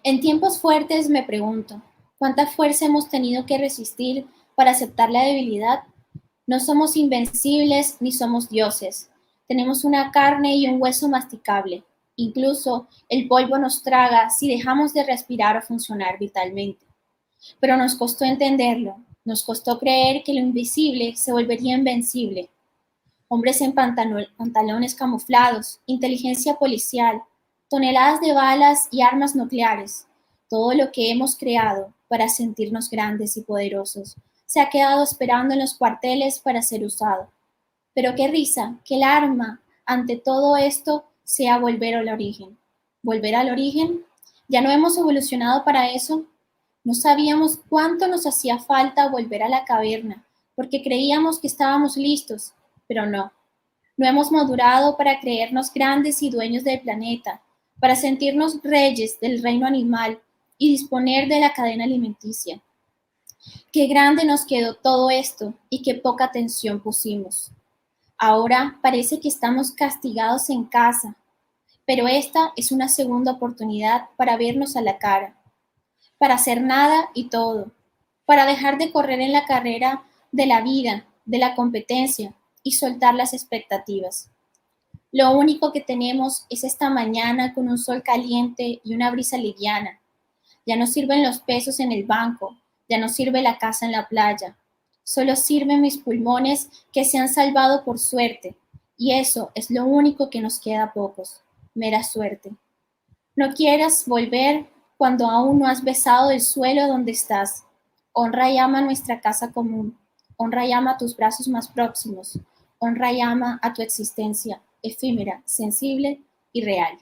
En tiempos fuertes me pregunto, ¿cuánta fuerza hemos tenido que resistir para aceptar la debilidad? No somos invencibles ni somos dioses. Tenemos una carne y un hueso masticable. Incluso el polvo nos traga si dejamos de respirar o funcionar vitalmente. Pero nos costó entenderlo, nos costó creer que lo invisible se volvería invencible. Hombres en pantalones camuflados, inteligencia policial, toneladas de balas y armas nucleares. Todo lo que hemos creado para sentirnos grandes y poderosos se ha quedado esperando en los cuarteles para ser usado. Pero qué risa que el arma ante todo esto sea volver al origen. ¿Volver al origen? ¿Ya no hemos evolucionado para eso? No sabíamos cuánto nos hacía falta volver a la caverna, porque creíamos que estábamos listos, pero no. No hemos madurado para creernos grandes y dueños del planeta, para sentirnos reyes del reino animal y disponer de la cadena alimenticia. Qué grande nos quedó todo esto y qué poca atención pusimos. Ahora parece que estamos castigados en casa, pero esta es una segunda oportunidad para vernos a la cara, para hacer nada y todo, para dejar de correr en la carrera de la vida, de la competencia y soltar las expectativas. Lo único que tenemos es esta mañana con un sol caliente y una brisa liviana. Ya no sirven los pesos en el banco, ya no sirve la casa en la playa. Solo sirven mis pulmones que se han salvado por suerte, y eso es lo único que nos queda a pocos, mera suerte. No quieras volver cuando aún no has besado el suelo donde estás. Honra y ama nuestra casa común. Honra y ama a tus brazos más próximos. Honra y ama a tu existencia, efímera, sensible y real.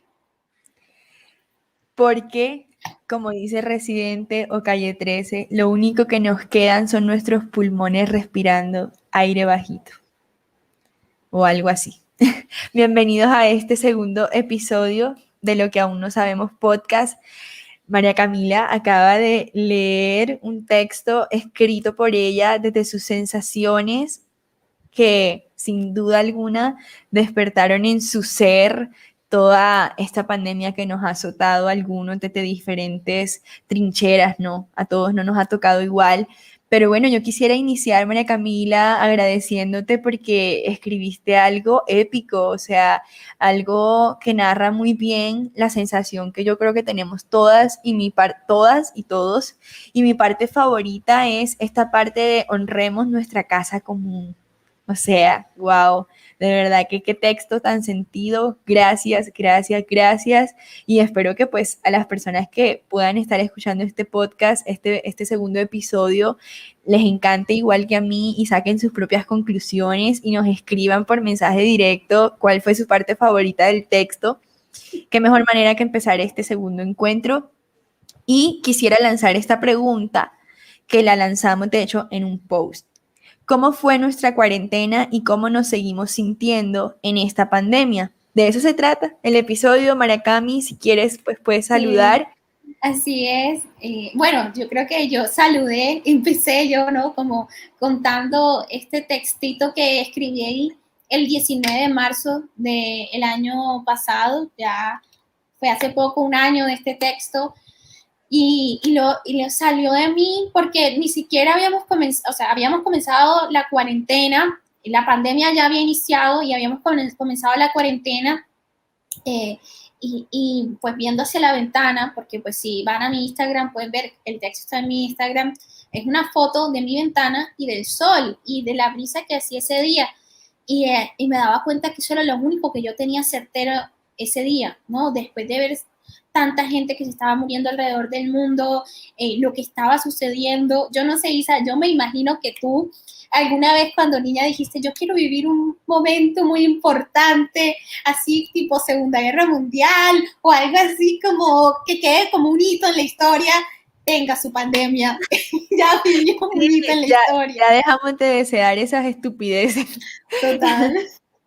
Porque, como dice Residente o Calle 13, lo único que nos quedan son nuestros pulmones respirando aire bajito. O algo así. Bienvenidos a este segundo episodio de Lo que aún no sabemos podcast. María Camila acaba de leer un texto escrito por ella desde sus sensaciones que sin duda alguna despertaron en su ser toda esta pandemia que nos ha azotado a algunos desde diferentes trincheras, ¿no? A todos no nos ha tocado igual. Pero bueno, yo quisiera iniciar, María Camila, agradeciéndote porque escribiste algo épico, o sea, algo que narra muy bien la sensación que yo creo que tenemos todas todas y todos. Y mi parte favorita es esta parte de honremos nuestra casa común. O sea, wow, de verdad que qué texto tan sentido. Gracias, gracias, gracias. Y espero que pues a las personas que puedan estar escuchando este podcast, este segundo episodio, les encante igual que a mí y saquen sus propias conclusiones y nos escriban por mensaje directo cuál fue su parte favorita del texto. Qué mejor manera que empezar este segundo encuentro. Y quisiera lanzar esta pregunta que la lanzamos de hecho en un post. ¿Cómo fue nuestra cuarentena y cómo nos seguimos sintiendo en esta pandemia? De eso se trata el episodio. Maracami, si quieres, pues puedes saludar. Así es. Bueno, yo creo que yo saludé, empecé yo, ¿no? Como contando este textito que escribí el 19 de marzo del año pasado, ya fue hace poco un año de este texto, y lo salió de mí porque ni siquiera habíamos comenzado, o sea, habíamos comenzado la cuarentena, la pandemia ya había iniciado y habíamos comenzado la cuarentena, pues viendo hacia la ventana, porque pues si van a mi Instagram pueden ver, el texto está en mi Instagram, es una foto de mi ventana y del sol y de la brisa que hacía ese día, y me daba cuenta que eso era lo único que yo tenía certero ese día, ¿no? Después de ver tanta gente que se estaba muriendo alrededor del mundo, lo que estaba sucediendo. Yo no sé, Isa, yo me imagino que tú alguna vez cuando niña dijiste, yo quiero vivir un momento muy importante, así tipo Segunda Guerra Mundial o algo así como que quede como un hito en la historia. Tenga su pandemia, ya vivió un hito en la historia. Ya dejamos de desear esas estupideces. Total.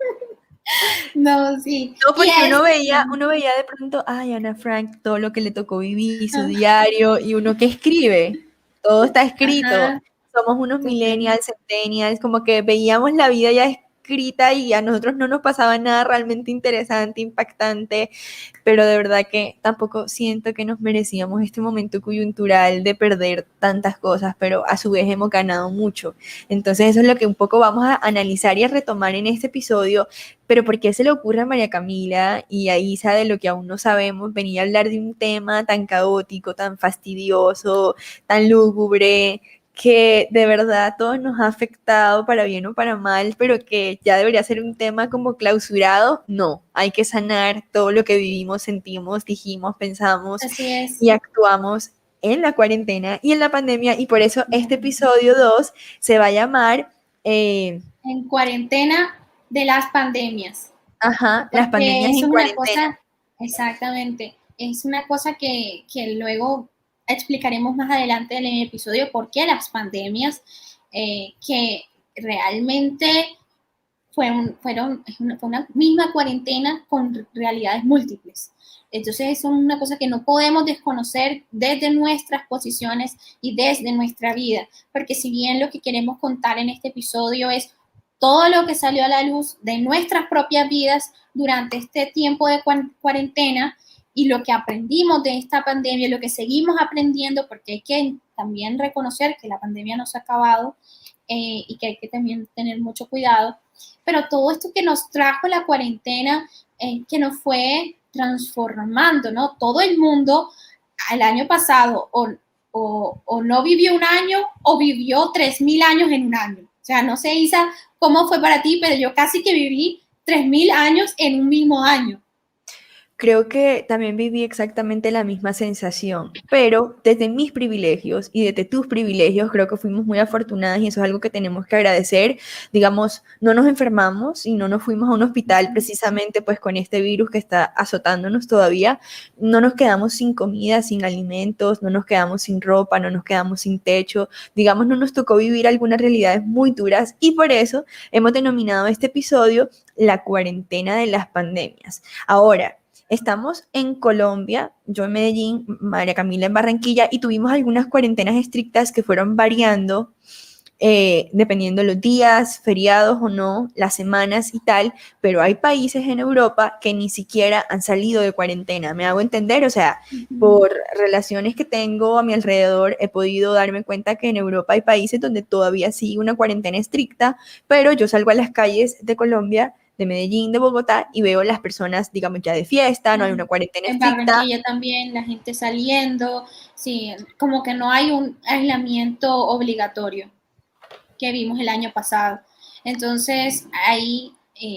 No, sí. No, porque uno veía de pronto, ay, Ana Frank, todo lo que le tocó vivir, su diario, y uno que escribe, todo está escrito. Ajá, Somos unos total. millennials, centennials, como que veíamos la vida ya escrita y a nosotros no nos pasaba nada realmente interesante, impactante, pero de verdad que tampoco siento que nos merecíamos este momento coyuntural de perder tantas cosas, pero a su vez hemos ganado mucho. Entonces eso es lo que un poco vamos a analizar y a retomar en este episodio, pero ¿por qué se le ocurre a María Camila y a Isa de lo que aún no sabemos venir a hablar de un tema tan caótico, tan fastidioso, tan lúgubre, que de verdad a todos nos ha afectado para bien o para mal, pero que ya debería ser un tema como clausurado? No, hay que sanar todo lo que vivimos, sentimos, dijimos, pensamos Así es. y actuamos en la cuarentena y en la pandemia, y por eso este episodio 2 se va a llamar En cuarentena de las pandemias. las Porque pandemias eso en es una cuarentena. cosa, exactamente, es una cosa que luego explicaremos más adelante en el episodio, por qué las pandemias, que realmente fue una misma cuarentena con realidades múltiples. Entonces, eso es una cosa que no podemos desconocer desde nuestras posiciones y desde nuestra vida, porque si bien lo que queremos contar en este episodio es todo lo que salió a la luz de nuestras propias vidas durante este tiempo de cuarentena y lo que aprendimos de esta pandemia, lo que seguimos aprendiendo, porque hay que también reconocer que la pandemia no se ha acabado, y que hay que también tener mucho cuidado, pero todo esto que nos trajo la cuarentena, que nos fue transformando, ¿no? Todo el mundo el año pasado o no vivió un año o vivió 3.000 años en un año. O sea, no sé, Isa, cómo fue para ti, pero yo casi que viví 3.000 años en un mismo año. Creo que también viví exactamente la misma sensación, pero desde mis privilegios y desde tus privilegios creo que fuimos muy afortunadas y eso es algo que tenemos que agradecer. Digamos, no nos enfermamos y no nos fuimos a un hospital precisamente pues con este virus que está azotándonos todavía. No nos quedamos sin comida, sin alimentos, no nos quedamos sin ropa, no nos quedamos sin techo. Digamos, no nos tocó vivir algunas realidades muy duras y por eso hemos denominado este episodio la cuarentena de las pandemias. Ahora, estamos en Colombia, yo en Medellín, María Camila en Barranquilla, y tuvimos algunas cuarentenas estrictas que fueron variando dependiendo los días, feriados o no, las semanas y tal, pero hay países en Europa que ni siquiera han salido de cuarentena, ¿me hago entender? O sea, por relaciones que tengo a mi alrededor, he podido darme cuenta que en Europa hay países donde todavía sigue una cuarentena estricta, pero yo salgo a las calles de Colombia, de Medellín, de Bogotá, y veo las personas, digamos, ya de fiesta, no hay una cuarentena En estricta. Barranquilla también, la gente saliendo, sí, como que no hay un aislamiento obligatorio que vimos el año pasado. Entonces, ahí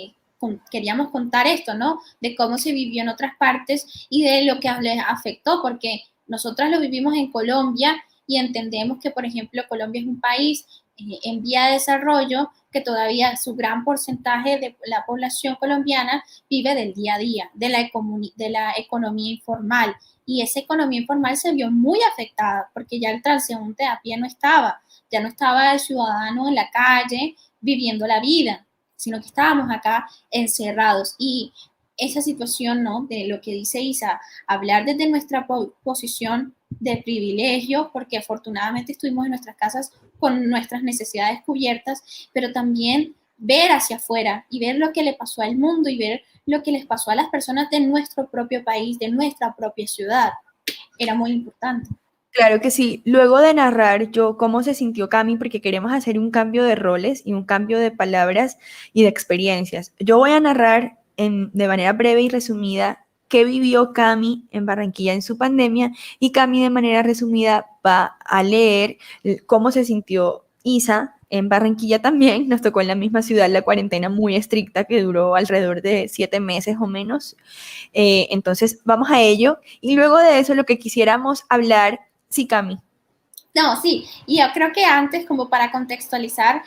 queríamos contar esto, ¿no? De cómo se vivió en otras partes y de lo que les afectó, porque nosotras lo vivimos en Colombia y entendemos que, por ejemplo, Colombia es un país en vía de desarrollo, que todavía su gran porcentaje de la población colombiana vive del día a día, de la economía informal. Y esa economía informal se vio muy afectada porque ya el transeúnte a pie no estaba, ya no estaba el ciudadano en la calle viviendo la vida, sino que estábamos acá encerrados. Y esa situación, ¿no? De lo que dice Isa, hablar desde nuestra posición de privilegio, porque afortunadamente estuvimos en nuestras casas con nuestras necesidades cubiertas, pero también ver hacia afuera y ver lo que le pasó al mundo y ver lo que les pasó a las personas de nuestro propio país, de nuestra propia ciudad. Era muy importante. Claro que sí. Luego de narrar yo cómo se sintió Cami, porque queremos hacer un cambio de roles y un cambio de palabras y de experiencias. Yo voy a narrar de manera breve y resumida qué vivió Cami en Barranquilla en su pandemia y Cami de manera resumida va a leer cómo se sintió Isa en Barranquilla también. Nos tocó en la misma ciudad la cuarentena muy estricta que duró alrededor de 7 meses o menos. Entonces vamos a ello y luego de eso lo que quisiéramos hablar. Sí, Cami. No, sí, y yo creo que antes, como para contextualizar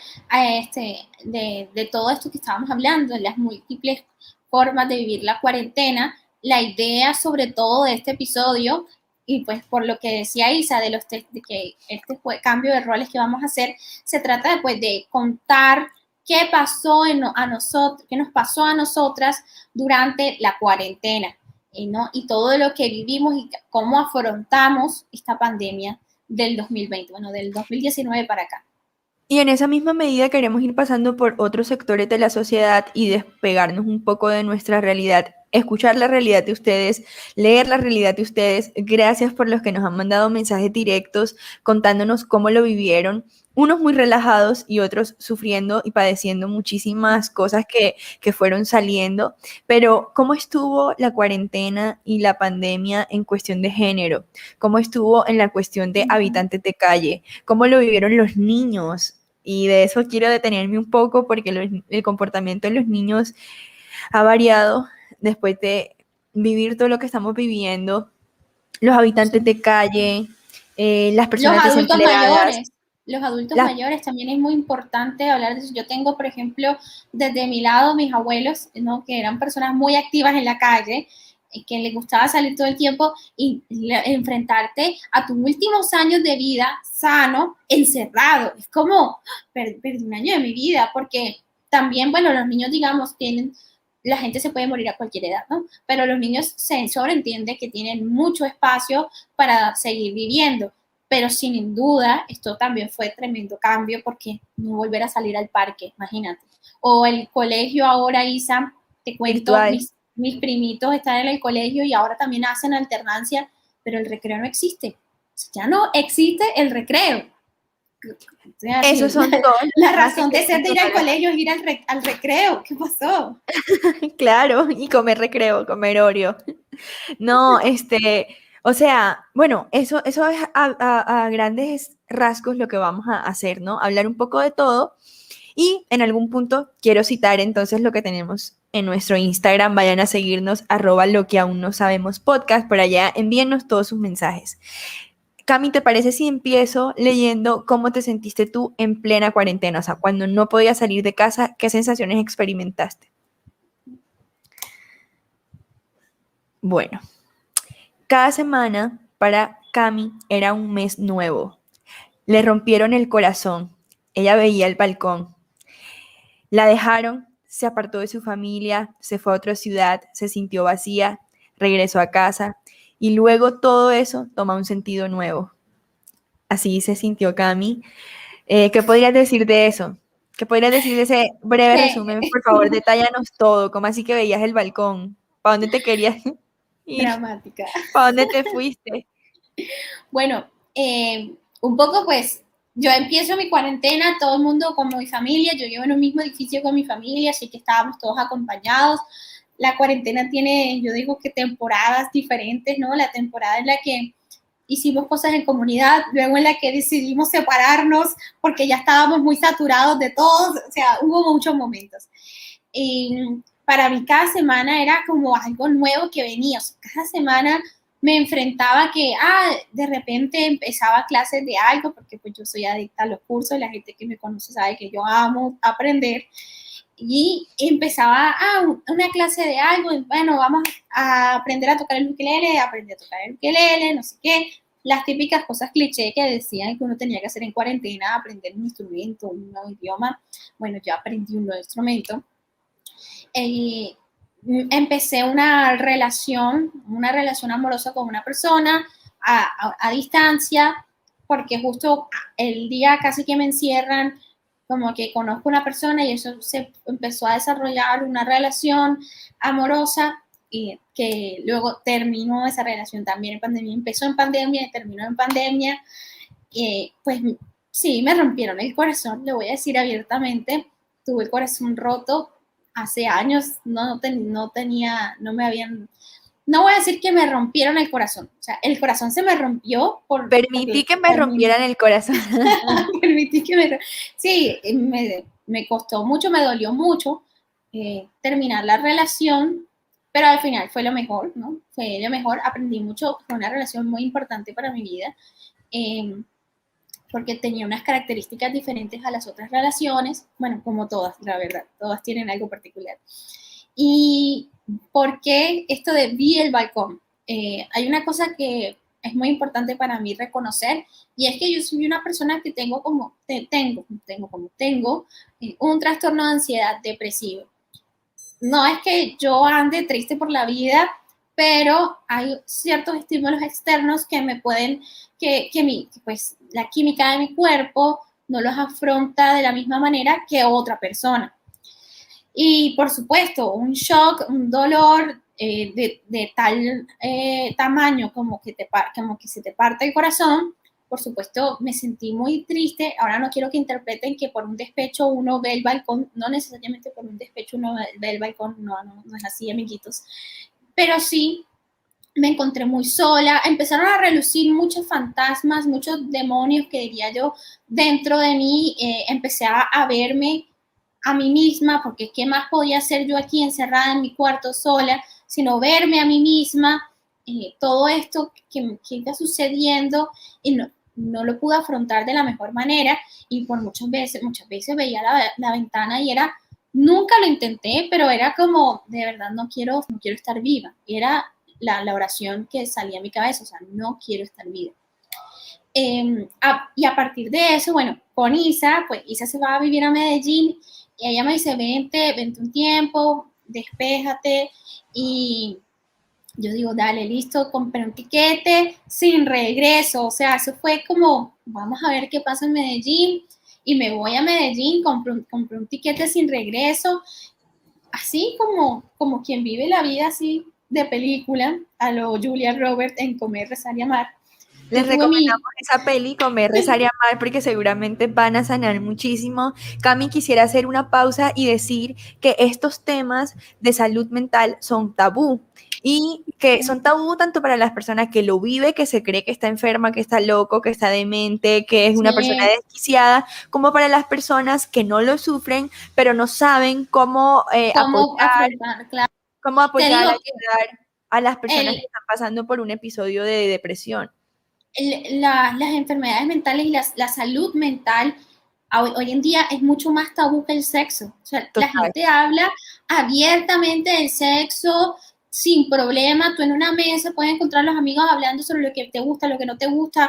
de todo esto que estábamos hablando, de las múltiples formas de vivir la cuarentena, la idea sobre todo de este episodio, y pues por lo que decía Isa, de que este cambio de roles que vamos a hacer, se trata pues, de contar qué pasó a nosotros, qué nos pasó a nosotras durante la cuarentena, ¿no? Y todo lo que vivimos y cómo afrontamos esta pandemia del 2020, bueno, del 2019 para acá. Y en esa misma medida queremos ir pasando por otros sectores de la sociedad y despegarnos un poco de nuestra realidad, escuchar la realidad de ustedes, leer la realidad de ustedes. Gracias por los que nos han mandado mensajes directos contándonos cómo lo vivieron, unos muy relajados y otros sufriendo y padeciendo muchísimas cosas que fueron saliendo. Pero ¿cómo estuvo la cuarentena y la pandemia en cuestión de género? ¿Cómo estuvo en la cuestión de Ujú. habitantes de calle? ¿Cómo lo vivieron los niños? Y de eso quiero detenerme un poco porque el comportamiento de los niños ha variado después de vivir todo lo que estamos viviendo. Los habitantes Sí. de calle, las Los personas adultos desempleadas, mayores, los adultos las, mayores también es muy importante hablar de eso. Yo tengo, por ejemplo, desde mi lado, mis abuelos, ¿no? Que eran personas muy activas en la calle, que les gustaba salir todo el tiempo y enfrentarte a tus últimos años de vida sano, encerrado. Es como, perdí un año de mi vida, porque también, bueno, los niños, digamos, tienen, la gente se puede morir a cualquier edad, ¿no? Pero los niños se sobreentiende que tienen mucho espacio para seguir viviendo, pero sin duda esto también fue tremendo cambio porque no volver a salir al parque, imagínate. O el colegio ahora, Isa, te cuento, virtual. mis primitos están en el colegio y ahora también hacen alternancia, pero el recreo no existe. Ya no existe el recreo. O sea, Esos si son todos los la temas que razón de ser de queremos ir al tocar. colegio es ir al recreo. ¿Qué pasó? Claro, y comer recreo, comer Oreo. No, o sea, bueno, eso es a grandes rasgos lo que vamos a hacer, ¿no? Hablar un poco de todo y en algún punto quiero citar entonces lo que tenemos en nuestro Instagram. Vayan a seguirnos, @lo que aún no sabemos podcast, por allá envíennos todos sus mensajes. Cami, ¿te parece si empiezo leyendo cómo te sentiste tú en plena cuarentena? O sea, cuando no podías salir de casa, ¿qué sensaciones experimentaste? Bueno, cada semana para Cami era un mes nuevo. Le rompieron el corazón. Ella veía el balcón. La dejaron, se apartó de su familia, se fue a otra ciudad, se sintió vacía, regresó a casa y luego todo eso toma un sentido nuevo. Así se sintió Cami. ¿Qué podrías decir de eso? ¿Qué podrías decir de ese breve Que, resumen? Por favor, detállanos todo. ¿Cómo así que veías el balcón? ¿Para dónde te querías ir? dramática. ¿Para dónde te fuiste? Bueno, un poco pues yo empiezo mi cuarentena, todo el mundo como mi familia, yo vivo en un mismo edificio con mi familia, así que estábamos todos acompañados. La cuarentena tiene, yo digo que temporadas diferentes, ¿no? La temporada en la que hicimos cosas en comunidad, luego en la que decidimos separarnos porque ya estábamos muy saturados de todos, o sea, hubo muchos momentos. Y para mí cada semana era como algo nuevo que venía, o sea, cada semana me enfrentaba que, de repente empezaba clases de algo, porque pues yo soy adicta a los cursos, la gente que me conoce sabe que yo amo aprender, y empezaba una clase de algo, y bueno, vamos a aprender a tocar el ukelele, aprender a tocar el ukelele, no sé qué, las típicas cosas cliché que decían que uno tenía que hacer en cuarentena, aprender un instrumento, un nuevo idioma. Bueno, yo aprendí un nuevo instrumento. eh, Empecé una relación amorosa con una persona a distancia, porque justo el día casi que me encierran, como que conozco una persona y eso se empezó a desarrollar una relación amorosa y que luego terminó esa relación también en pandemia, empezó en pandemia y terminó en pandemia. Pues sí, me rompieron el corazón, le voy a decir abiertamente, tuve el corazón roto hace años, no tenía, no me habían, no voy a decir que me rompieron el corazón, o sea, el corazón se me rompió Permití porque que me terminé, rompieran el corazón. permití que me, sí, me costó mucho, me dolió mucho terminar la relación, pero al final fue lo mejor, ¿no? Fue lo mejor, aprendí mucho, fue una relación muy importante para mi vida. Eh, porque tenía unas características diferentes a las otras relaciones, bueno, como todas, la verdad, todas tienen algo particular. ¿Y por qué esto de vi el balcón? Hay una cosa que es muy importante para mí reconocer, y es que yo soy una persona que tengo un trastorno de ansiedad depresivo. No es que yo ande triste por la vida, pero hay ciertos estímulos externos que me pueden, pues la química de mi cuerpo no los afronta de la misma manera que otra persona. Y por supuesto, un shock, un dolor de tal tamaño como que se te parte el corazón, por supuesto me sentí muy triste. Ahora no quiero que interpreten que por un despecho uno ve el balcón, no necesariamente por un despecho uno ve el balcón, no es así, amiguitos. Pero sí, me encontré muy sola, empezaron a relucir muchos fantasmas, muchos demonios que diría yo dentro de mí, empecé a verme a mí misma, porque ¿qué más podía hacer yo aquí encerrada en mi cuarto sola, sino verme a mí misma, todo esto que iba sucediendo y no lo pude afrontar de la mejor manera y por muchas veces veía la ventana y era, nunca lo intenté, pero era como, de verdad no quiero estar viva, y era la oración que salía a mi cabeza, o sea, no quiero estar viva. Y a partir de eso, bueno, con Isa, pues Isa se va a vivir a Medellín y ella me dice, vente un tiempo, despéjate, y yo digo, dale, listo, compré un tiquete sin regreso, o sea, eso fue como, vamos a ver qué pasa en Medellín, y me voy a Medellín, compré un tiquete sin regreso, así como quien vive la vida así de película, a lo Julia Roberts en Comer, Rezar y Amar. Les recomendamos esa peli, Comer, Rezar y Amar, porque seguramente van a sanar muchísimo. Cami, quisiera hacer una pausa y decir que estos temas de salud mental son tabú. Y que son tabú tanto para las personas que lo vive, que se cree que está enferma, que está loco, que está demente, que es una persona desquiciada, como para las personas que no lo sufren, pero no saben cómo apoyar, ayudar a las personas que están pasando por un episodio de depresión. Las enfermedades mentales y la salud mental hoy en día es mucho más tabú que el sexo. O sea, la gente habla abiertamente del sexo sin problema. Tú en una mesa puedes encontrar los amigos hablando sobre lo que te gusta, lo que no te gusta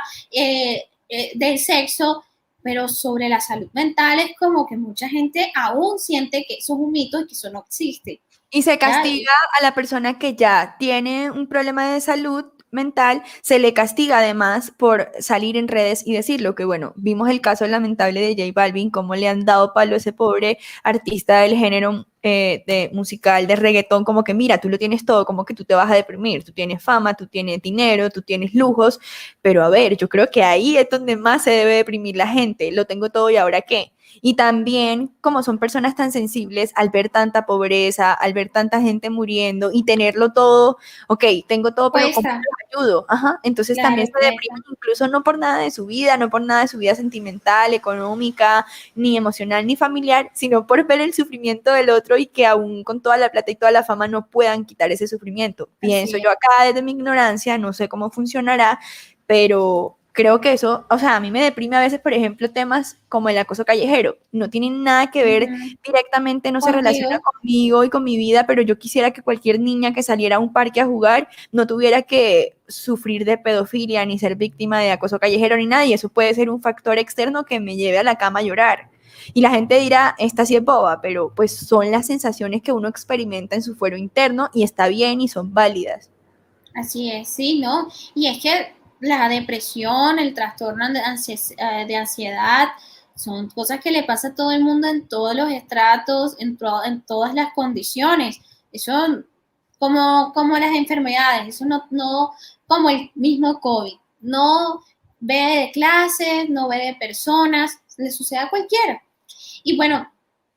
del sexo, pero sobre la salud mental es como que mucha gente aún siente que eso es un mito y que eso no existe. Y se castiga a la persona que ya tiene un problema de salud mental, se le castiga además por salir en redes y decirlo, que bueno, vimos el caso lamentable de J Balvin, cómo le han dado palo a ese pobre artista del género de musical, de reggaetón, como que mira, tú lo tienes todo, como que tú te vas a deprimir, tú tienes fama, tú tienes dinero, tú tienes lujos, pero a ver, yo creo que ahí es donde más se debe deprimir la gente, lo tengo todo y ahora qué. Y también, como son personas tan sensibles, al ver tanta pobreza, al ver tanta gente muriendo y tenerlo todo, ok, tengo todo, pero ¿cómo los ayudo? Ajá, entonces también se deprimen, incluso no por nada de su vida, no por nada de su vida sentimental, económica, ni emocional, ni familiar, sino por ver el sufrimiento del otro y que aún con toda la plata y toda la fama no puedan quitar ese sufrimiento. Pienso yo acá desde mi ignorancia, no sé cómo funcionará, pero creo que eso, o sea, a mí me deprime a veces, por ejemplo, temas como el acoso callejero. No tienen nada que ver directamente, no se relaciona conmigo y con mi vida, pero yo quisiera que cualquier niña que saliera a un parque a jugar no tuviera que sufrir de pedofilia, ni ser víctima de acoso callejero, ni nada, y eso puede ser un factor externo que me lleve a la cama a llorar. Y la gente dirá, esta sí es boba, pero pues son las sensaciones que uno experimenta en su fuero interno y está bien y son válidas. Así es, sí, ¿no? Y es que la depresión, el trastorno de ansiedad, son cosas que le pasa a todo el mundo en todos los estratos, en todas las condiciones. Eso, como las enfermedades, eso no como el mismo COVID. No ve de clases, no ve de personas, le sucede a cualquiera. Y bueno,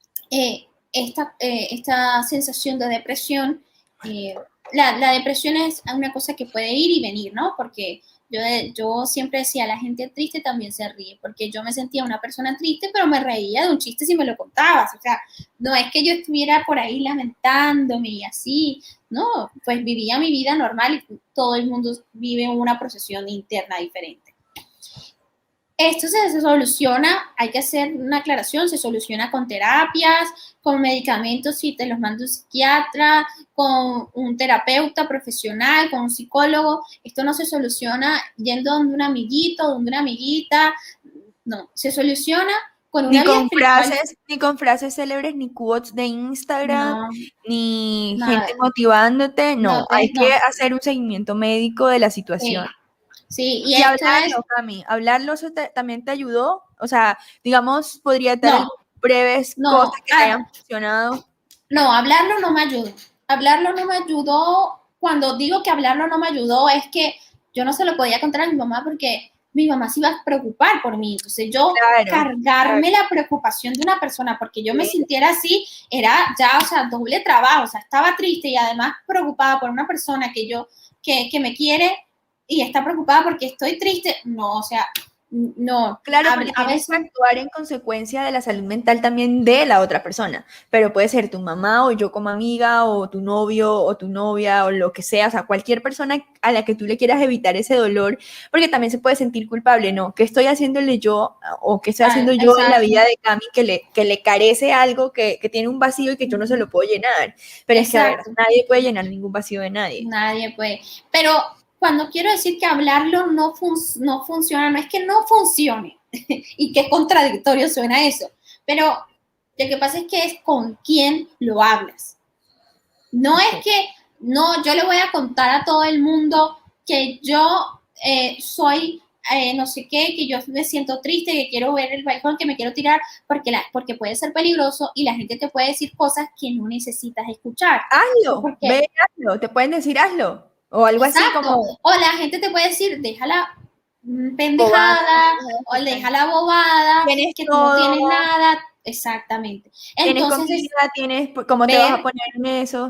esta sensación de depresión, la depresión es una cosa que puede ir y venir, ¿no? Porque yo siempre decía, la gente triste también se ríe, porque yo me sentía una persona triste, pero me reía de un chiste si me lo contabas, o sea, no es que yo estuviera por ahí lamentándome y así, no, pues vivía mi vida normal y todo el mundo vive una procesión interna diferente. Esto se soluciona, hay que hacer una aclaración, se soluciona con terapias, con medicamentos si te los manda un psiquiatra, con un terapeuta profesional, con un psicólogo. Esto no se soluciona yendo donde un amiguito, donde una amiguita, no, se soluciona con una ni con frases célebres, ni quotes de Instagram, ni gente motivándote, hay que hacer un seguimiento médico de la situación. Sí, y hablarlo, Cami, hablarlo también te ayudó O sea, digamos, podría dar No, breves no, cosas que te hayan funcionado. no, hablarlo no me ayudó. Hablarlo no me ayudó. Cuando digo que hablarlo no me ayudó, es que yo no se lo podía contar a mi mamá porque mi mamá se iba a preocupar por mí. Entonces yo Claro, cargarme claro. la preocupación de una persona porque yo me Sí. sintiera así, era ya, o sea, doble trabajo. O sea, estaba triste y además preocupada por una persona que me quiere y está preocupada porque estoy triste. No, o sea, no. Claro, porque A tienes que veces, actuar en consecuencia de la salud mental también de la otra persona, pero puede ser tu mamá o yo como amiga o tu novio o tu novia o lo que sea, o sea, cualquier persona a la que tú le quieras evitar ese dolor, porque también se puede sentir culpable, ¿no? ¿Qué estoy haciéndole yo o qué estoy haciendo yo en la vida exacto, de Cami que le carece algo, que tiene un vacío y que yo no se lo puedo llenar? Pero es que, a ver, exacto. nadie puede llenar ningún vacío de nadie. Nadie puede. Pero cuando quiero decir que hablarlo no funciona, no es que no funcione y qué contradictorio suena eso, pero lo que pasa es que es con quién lo hablas. No es Ok. que, no, yo le voy a contar a todo el mundo que yo soy no sé qué, que yo me siento triste, que quiero ver el balcón, que me quiero tirar, porque puede ser peligroso y la gente te puede decir cosas que no necesitas escuchar. Hazlo, ve, Porque y hazlo, te pueden decir hazlo. O algo así exacto. como O la gente te puede decir, déjala bobada, pendejada, o déjala bobada, tienes que tú no todo, tienes nada. Exactamente. tienes Entonces es comida, tienes cómo te vas a ver, poner en eso.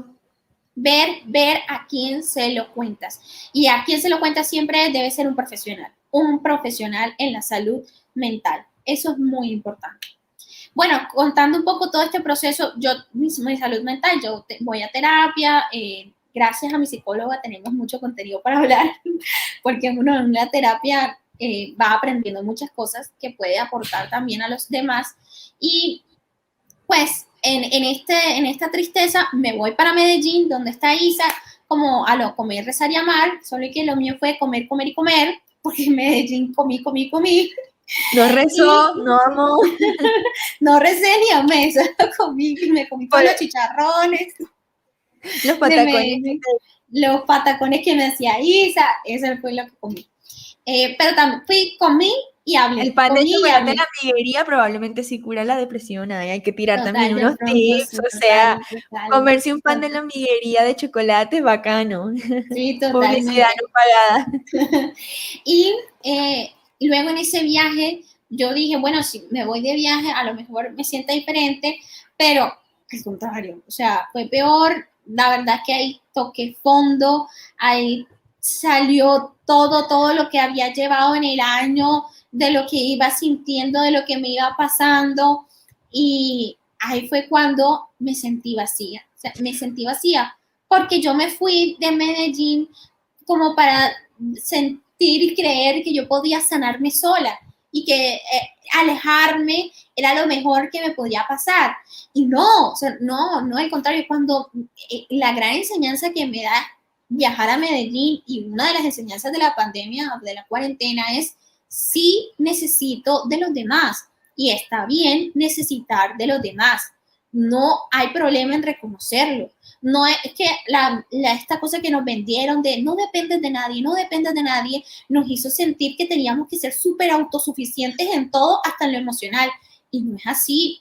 ver a quién se lo cuentas. Y a quién se lo cuentas siempre debe ser un profesional en la salud mental. Eso es muy importante. Bueno, contando un poco todo este proceso, yo, mi salud mental, voy a terapia, gracias a mi psicóloga tenemos mucho contenido para hablar, porque uno en la terapia va aprendiendo muchas cosas que puede aportar también a los demás. Y pues en esta tristeza me voy para Medellín, donde está Isa, como a lo comer, rezar y amar, solo que lo mío fue comer, comer y comer, porque en Medellín comí, comí, comí, No y rezó, no amó. no recé ni amé, solo comí, me comí todos Por los chicharrones los de patacones. Medellín, los patacones que me hacía Isa, eso fue lo que comí. Pero también comí y El hablé, pan de comí y chocolate en la hablé. amiguería probablemente sí cura la depresión. Ay, hay que tirar también Total, de unos pronto, tips. sí, O sea, total, total, comerse un pan de la total. amiguería de chocolate es bacano. Sí, Publicidad totalmente. no pagada. Y luego en ese viaje, yo dije, bueno, si me voy de viaje, a lo mejor me sienta diferente, pero al contrario, o sea, fue peor. La verdad es que ahí toqué fondo, ahí salió todo lo que había llevado en el año, de lo que iba sintiendo, de lo que me iba pasando. Y ahí fue cuando me sentí vacía, o sea, me sentí vacía, porque yo me fui de Medellín como para sentir y creer que yo podía sanarme sola y que alejarme era lo mejor que me podía pasar. Y no, o sea, no, al contrario, cuando la gran enseñanza que me da viajar a Medellín y una de las enseñanzas de la pandemia, de la cuarentena, es sí necesito de los demás y está bien necesitar de los demás. No hay problema en reconocerlo. No es que esta cosa que nos vendieron de no dependes de nadie, no dependes de nadie, nos hizo sentir que teníamos que ser súper autosuficientes en todo, hasta en lo emocional. Y no es así.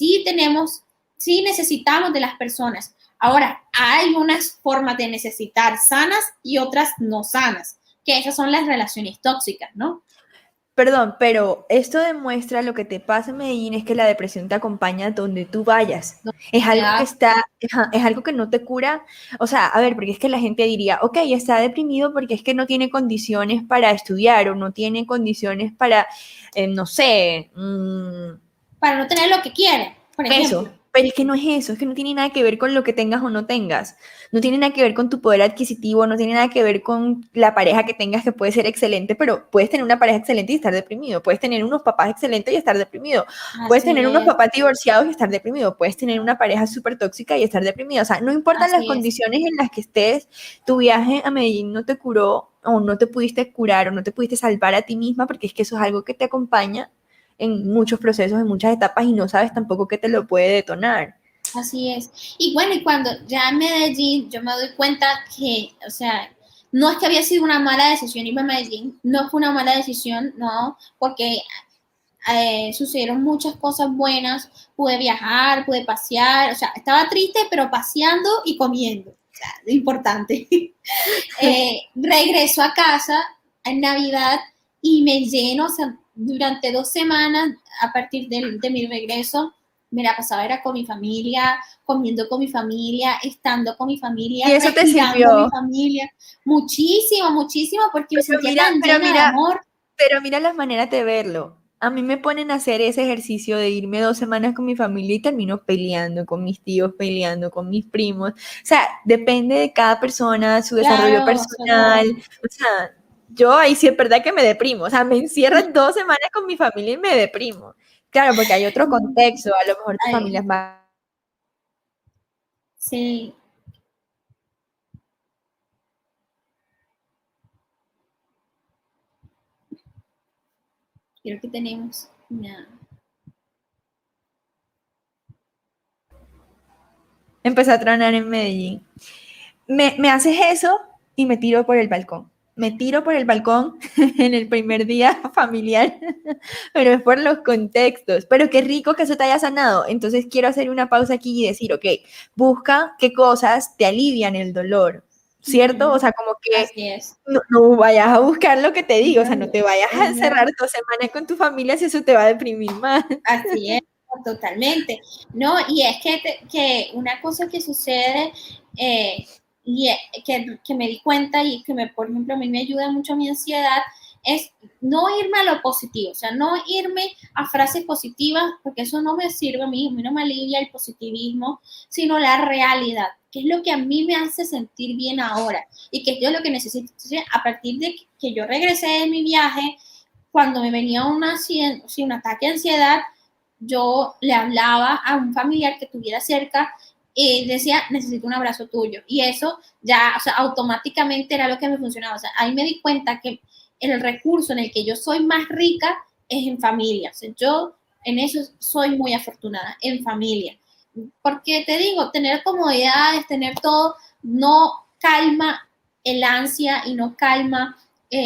Sí necesitamos de las personas. Ahora, hay unas formas de necesitar sanas y otras no sanas, que esas son las relaciones tóxicas, ¿no? Perdón, pero esto demuestra lo que te pasa en Medellín es que la depresión te acompaña donde tú vayas. Donde Es algo que sea, está, es algo que no te cura. O sea, a ver, porque es que la gente diría, ok, está deprimido porque es que no tiene condiciones para estudiar o no tiene condiciones para, no sé, para no tener lo que quieren, por ejemplo. eso, pero es que no es eso, es que no tiene nada que ver con lo que tengas o no tengas, no tiene nada que ver con tu poder adquisitivo, no tiene nada que ver con la pareja que tengas que puede ser excelente, pero puedes tener una pareja excelente y estar deprimido, puedes tener unos papás excelentes y estar deprimido, puedes Así tener unos es, papás divorciados y estar deprimido, puedes tener una pareja súper tóxica y estar deprimido, o sea, no importan las así es. condiciones en las que estés, tu viaje a Medellín no te curó o no te pudiste curar o no te pudiste salvar a ti misma porque es que eso es algo que te acompaña en muchos procesos, en muchas etapas y no sabes tampoco qué te lo puede detonar. Así es. Y bueno, y cuando ya en Medellín yo me doy cuenta que, o sea, no es que había sido una mala decisión irme a Medellín, no fue una mala decisión, no, porque sucedieron muchas cosas buenas, pude viajar, pude pasear, o sea, estaba triste, pero paseando y comiendo, o sea, lo importante. Regreso a casa en Navidad y me lleno, o sea, durante 2 semanas, a partir de mi regreso, me la pasaba era con mi familia, comiendo con mi familia, estando con mi familia, Y eso te respirando a mi sirvió. familia, muchísimo, muchísimo, porque me sentía tan Pero llena de mira, amor. pero mira las maneras de verlo. A mí me ponen a hacer ese ejercicio de irme 2 semanas con mi familia y termino peleando con mis tíos, peleando con mis primos. O sea, depende de cada persona, su desarrollo Claro, personal. O sea, yo ahí sí es verdad que me deprimo. O sea, me encierran 2 semanas con mi familia y me deprimo. Claro, porque hay otro contexto. A lo mejor tu familia ay, es más. sí, creo que tenemos una... Empecé a tronar en Medellín. Me haces eso y me tiro por el balcón. Me tiro por el balcón en el primer día familiar, pero es por los contextos. Pero qué rico que eso te haya sanado. Entonces quiero hacer una pausa aquí y decir, ok, busca qué cosas te alivian el dolor, ¿cierto? O Ujú, sea, como que así es. no vayas a buscar lo que te digo, o sea, no te vayas a Ujú, encerrar 2 semanas con tu familia si eso te va a deprimir más. así es, totalmente. No, y es que una cosa que sucede, eh, que me di cuenta y que, por ejemplo, a mí me ayuda mucho a mi ansiedad, es no irme a lo positivo, o sea, no irme a frases positivas, porque eso no me sirve a mí no me alivia el positivismo, sino la realidad, que es lo que a mí me hace sentir bien ahora y que yo lo que necesito. Entonces, a partir de que yo regresé de mi viaje, cuando me venía un ataque de ansiedad, yo le hablaba a un familiar que estuviera cerca y decía, necesito un abrazo tuyo. Y eso ya, o sea, automáticamente era lo que me funcionaba. O sea, ahí me di cuenta que el recurso en el que yo soy más rica es en familia. O sea, yo en eso soy muy afortunada, en familia. Porque te digo, tener comodidades, tener todo, no calma el ansia y no calma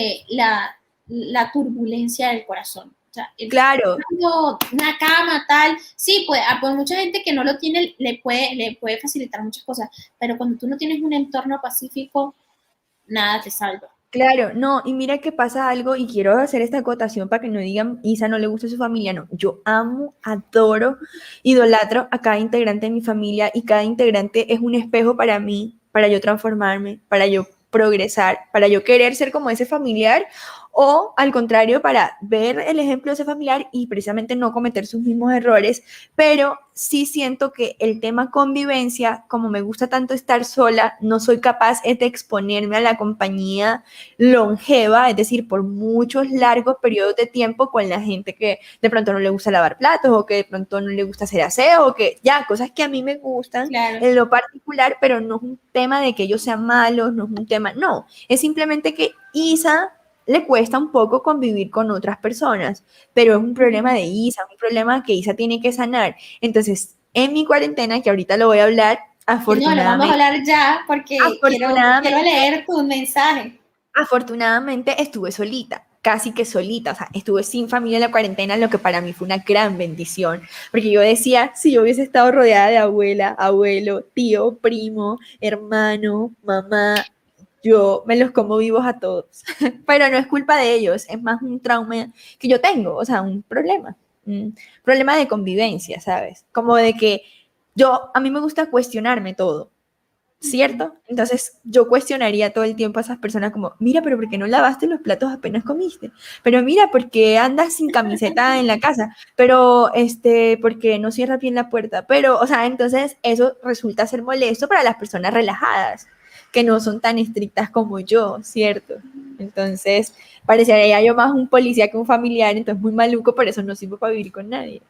la turbulencia del corazón. O sea, Claro. una cama, tal, sí, pues a mucha gente que no lo tiene le puede facilitar muchas cosas, pero cuando tú no tienes un entorno pacífico, nada te salva. Claro, no, y mira que pasa algo, y quiero hacer esta acotación para que no digan, Isa no le gusta su familia, no, yo amo, adoro, idolatro a cada integrante de mi familia y cada integrante es un espejo para mí, para yo transformarme, para yo progresar, para yo querer ser como ese familiar o al contrario, para ver el ejemplo de ese familiar y precisamente no cometer sus mismos errores, pero sí siento que el tema convivencia, como me gusta tanto estar sola, no soy capaz de exponerme a la compañía longeva, es decir, por muchos largos periodos de tiempo con la gente que de pronto no le gusta lavar platos o que de pronto no le gusta hacer aseo o que ya, cosas que a mí me gustan Claro. en lo particular, pero no es un tema de que ellos sean malos, no es un tema, no, es simplemente que Isa le cuesta un poco convivir con otras personas, pero es un problema de Isa, un problema que Isa tiene que sanar. Entonces, en mi cuarentena, que ahorita lo voy a hablar, No, lo vamos a afortunadamente, hablar ya porque quiero afortunadamente, leer tu mensaje. afortunadamente estuve solita, casi que solita, o sea, estuve sin familia en la cuarentena, lo que para mí fue una gran bendición, porque yo decía, si yo hubiese estado rodeada de abuela, abuelo, tío, primo, hermano, mamá, yo me los como vivos a todos, pero no es culpa de ellos, es más un trauma que yo tengo, o sea, un problema de convivencia, ¿sabes? Como de que a mí me gusta cuestionarme todo, ¿cierto? Entonces yo cuestionaría todo el tiempo a esas personas como, mira, pero ¿por qué no lavaste los platos apenas comiste? Pero mira, ¿por qué andas sin camiseta en la casa? Pero, ¿por qué no cierras bien la puerta? Pero, o sea, entonces eso resulta ser molesto para las personas relajadas, que no son tan estrictas como yo, ¿cierto? Entonces, parecería yo más un policía que un familiar, entonces muy maluco, por eso no sirvo para vivir con nadie.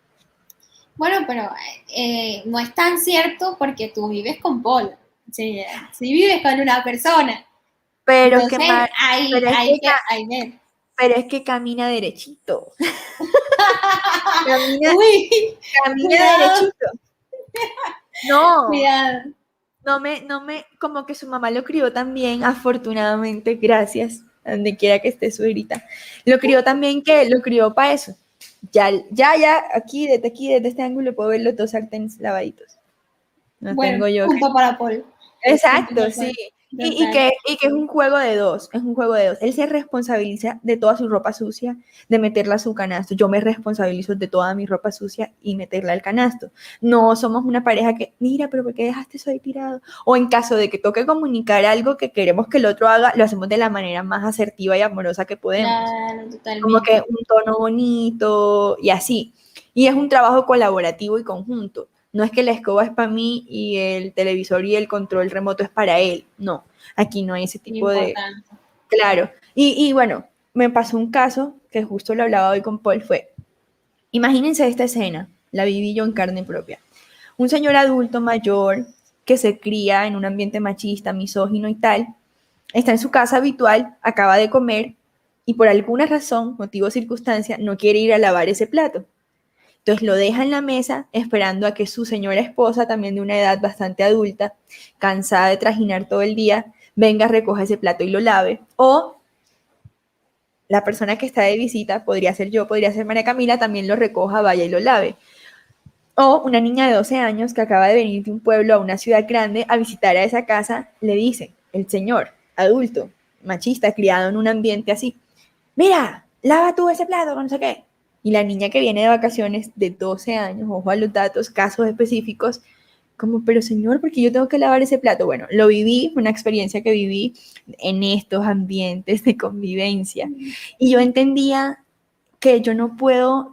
Bueno, pero no es tan cierto porque tú vives con Paul. Sí, sí vives con una persona. Pero Entonces, que, ma- hay, pero es hay que, que hay ver. pero es que camina derechito. Camina, Uy, camina cuidado, derechito. No, cuidado. como que su mamá lo crió también, afortunadamente, gracias, a donde quiera que esté su herita. Lo crió también que lo crió para eso, aquí, desde este ángulo puedo ver los dos sartenes lavaditos. No Bueno, tengo yo. punto para Paul. Exacto, sí. Y Total. que es un juego de dos, es un juego de dos. Él se responsabiliza de toda su ropa sucia, de meterla a su canasto. Yo me responsabilizo de toda mi ropa sucia y meterla al canasto. No somos una pareja que, mira, pero ¿por qué dejaste eso ahí tirado? O en caso de que toque comunicar algo que queremos que el otro haga, lo hacemos de la manera más asertiva y amorosa que podemos. Claro, Como que totalmente. un tono bonito y así. Y es un trabajo colaborativo y conjunto. No es que la escoba es para mí y el televisor y el control remoto es para él. No, aquí no hay ese tipo de... Importante. Claro. Y bueno, me pasó un caso que justo lo hablaba hoy con Paul, fue, imagínense esta escena, la viví yo en carne propia. Un señor adulto mayor que se cría en un ambiente machista, misógino y tal, está en su casa habitual, acaba de comer y por alguna razón, motivo o circunstancia, no quiere ir a lavar ese plato. Entonces lo deja en la mesa esperando a que su señora esposa, también de una edad bastante adulta, cansada de trajinar todo el día, venga, recoja ese plato y lo lave. O la persona que está de visita, podría ser yo, podría ser María Camila, también lo recoja, vaya y lo lave. O una niña de 12 años que acaba de venir de un pueblo a una ciudad grande a visitar a esa casa, le dice, el señor, adulto, machista, criado en un ambiente así, mira, lava tú ese plato, no sé qué. Y la niña que viene de vacaciones de 12 años, ojo a los datos, casos específicos, como, pero señor, ¿por qué yo tengo que lavar ese plato? Bueno, lo viví, una experiencia que viví en estos ambientes de convivencia. Y yo entendía que yo no puedo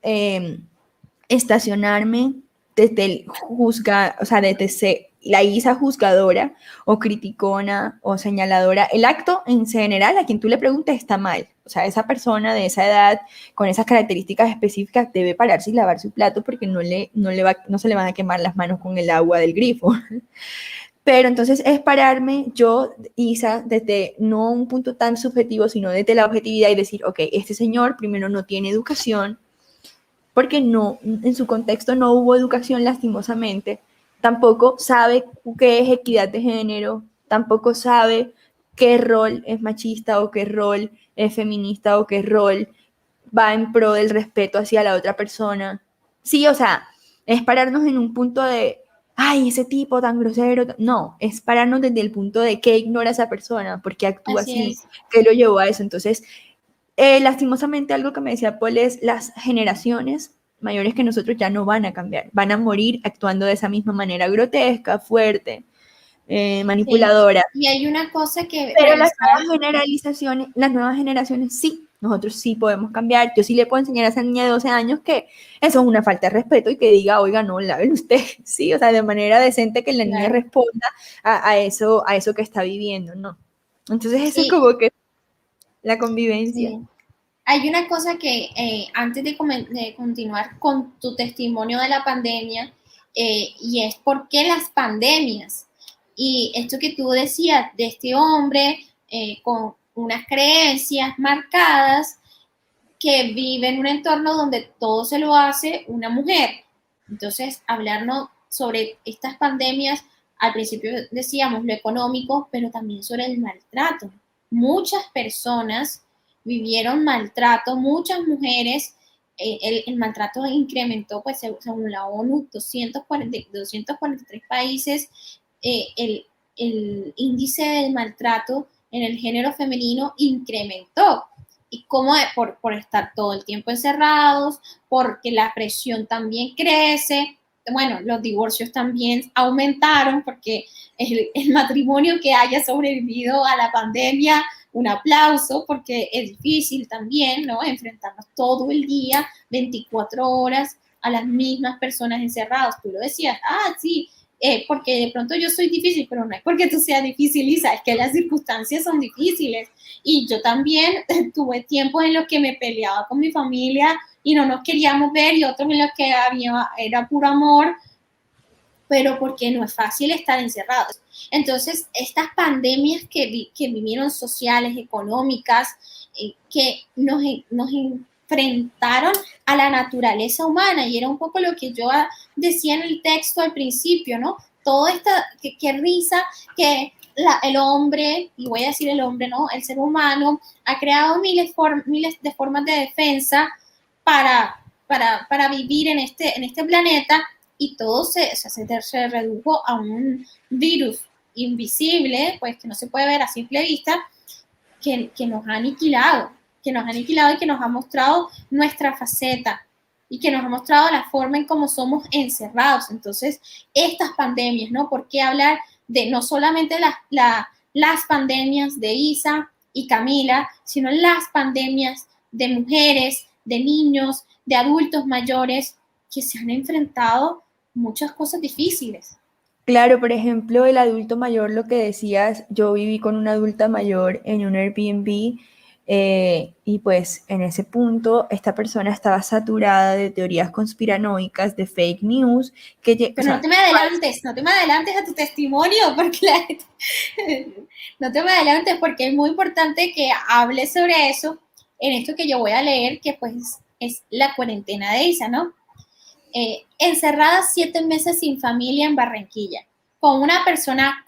estacionarme desde el juzga, o sea, desde la Isa juzgadora o criticona o señaladora. El acto en general, a quien tú le preguntes, está mal. O sea, esa persona de esa edad, con esas características específicas, debe pararse y lavar su plato porque no se le van a quemar las manos con el agua del grifo. Pero entonces es pararme yo, Isa, desde no un punto tan subjetivo, sino desde la objetividad y decir, ok, este señor primero no tiene educación, porque no, en su contexto no hubo educación lastimosamente, tampoco sabe qué es equidad de género, tampoco sabe qué rol es machista o qué rol es feminista o qué rol va en pro del respeto hacia la otra persona. Sí, o sea, es pararnos en un punto de, ay, ese tipo tan grosero. No, es pararnos desde el punto de qué ignora esa persona, por qué actúa Así así, es. qué lo llevó a eso. Entonces, lastimosamente algo que me decía Paul es las generaciones mayores que nosotros ya no van a cambiar, van a morir actuando de esa misma manera grotesca, fuerte, Sí. manipuladora. Y hay una cosa que Pero revisar. las nuevas generaciones sí, nosotros sí podemos cambiar. Yo sí le puedo enseñar a esa niña de 12 años que eso es una falta de respeto y que diga, oiga, no, laven usted, sí, o sea, de manera decente que la niña Claro. responda a eso que está viviendo, ¿no? Entonces eso es Sí, como que la convivencia. sí. Hay una cosa que antes de continuar con tu testimonio de la pandemia, y es por qué las pandemias. Y esto que tú decías de este hombre con unas creencias marcadas que vive en un entorno donde todo se lo hace una mujer. Entonces, hablarnos sobre estas pandemias, al principio decíamos lo económico, pero también sobre el maltrato. Muchas personas vivieron maltrato, muchas mujeres, el maltrato incrementó, pues según la ONU, 243 países, el índice del maltrato en el género femenino incrementó. Y cómo por estar todo el tiempo encerrados, porque la presión también crece, bueno, los divorcios también aumentaron porque el matrimonio que haya sobrevivido a la pandemia, un aplauso, porque es difícil también, ¿no? Enfrentarnos todo el día, 24 horas a las mismas personas encerradas. Tú lo decías, sí, porque de pronto yo soy difícil, pero no es porque tú seas difícil, Lisa, es que las circunstancias son difíciles. Y yo también tuve tiempos en los que me peleaba con mi familia y no nos queríamos ver y otros en los que era puro amor, pero porque no es fácil estar encerrados. Entonces, estas pandemias que vivieron sociales, económicas, que nos enfrentaron a la naturaleza humana, y era un poco lo que yo decía en el texto al principio, ¿no? Todo esto, que risa, que el hombre, y voy a decir el hombre, ¿no? El ser humano ha creado miles de formas de defensa para vivir en este planeta, y todo se redujo a un virus invisible, pues que no se puede ver a simple vista, que nos ha aniquilado, y que nos ha mostrado nuestra faceta y que nos ha mostrado la forma en cómo somos encerrados. Entonces, estas pandemias, ¿no? ¿Por qué hablar de no solamente las pandemias de Isa y Camila, sino las pandemias de mujeres, de niños, de adultos mayores que se han enfrentado muchas cosas difíciles? Claro, por ejemplo, el adulto mayor, lo que decías, yo viví con una adulta mayor en un Airbnb y pues en ese punto esta persona estaba saturada de teorías conspiranoicas, de fake news, o Pero sea, no te me adelantes a tu testimonio, porque no te me adelantes, porque es muy importante que hables sobre eso en esto que yo voy a leer, que pues es la cuarentena de Isa, ¿no? Encerrada 7 meses sin familia en Barranquilla, con una persona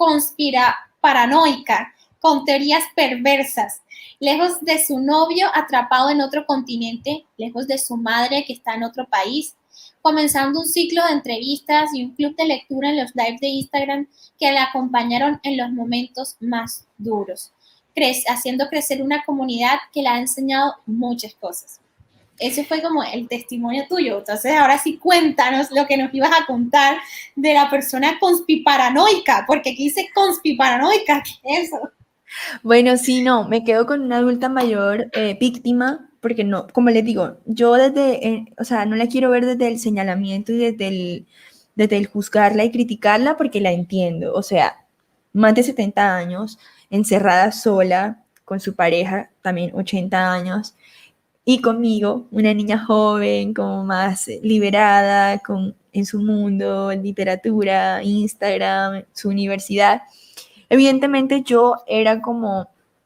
paranoica, con teorías perversas, lejos de su novio atrapado en otro continente, lejos de su madre que está en otro país, comenzando un ciclo de entrevistas y un club de lectura en los lives de Instagram que la acompañaron en los momentos más duros, haciendo crecer una comunidad que le ha enseñado muchas cosas. Ese fue como el testimonio tuyo. Entonces, ahora sí cuéntanos lo que nos ibas a contar de la persona conspiparanoica, porque aquí dice conspiparanoica, ¿qué es eso? bueno, sí, no, me quedo con una adulta mayor víctima, porque no, como les digo, yo o sea, no la quiero ver desde el señalamiento y desde el juzgarla y criticarla, porque la entiendo, o sea, más de 70 años, encerrada sola, con su pareja, también 80 años, y conmigo, una niña joven, como más liberada, en su mundo, literatura, Instagram, su universidad. Evidentemente yo era como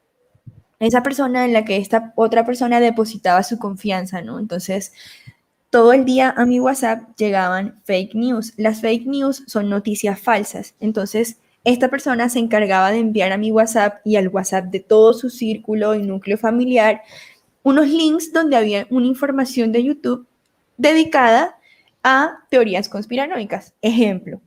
esa persona en la que esta otra persona depositaba su confianza, ¿no? Entonces, todo el día a mi WhatsApp llegaban fake news. Las fake news son noticias falsas. Entonces, esta persona se encargaba de enviar a mi WhatsApp y al WhatsApp de todo su círculo y núcleo familiar unos links donde había una información de YouTube dedicada a teorías conspiranoicas. Ejemplo,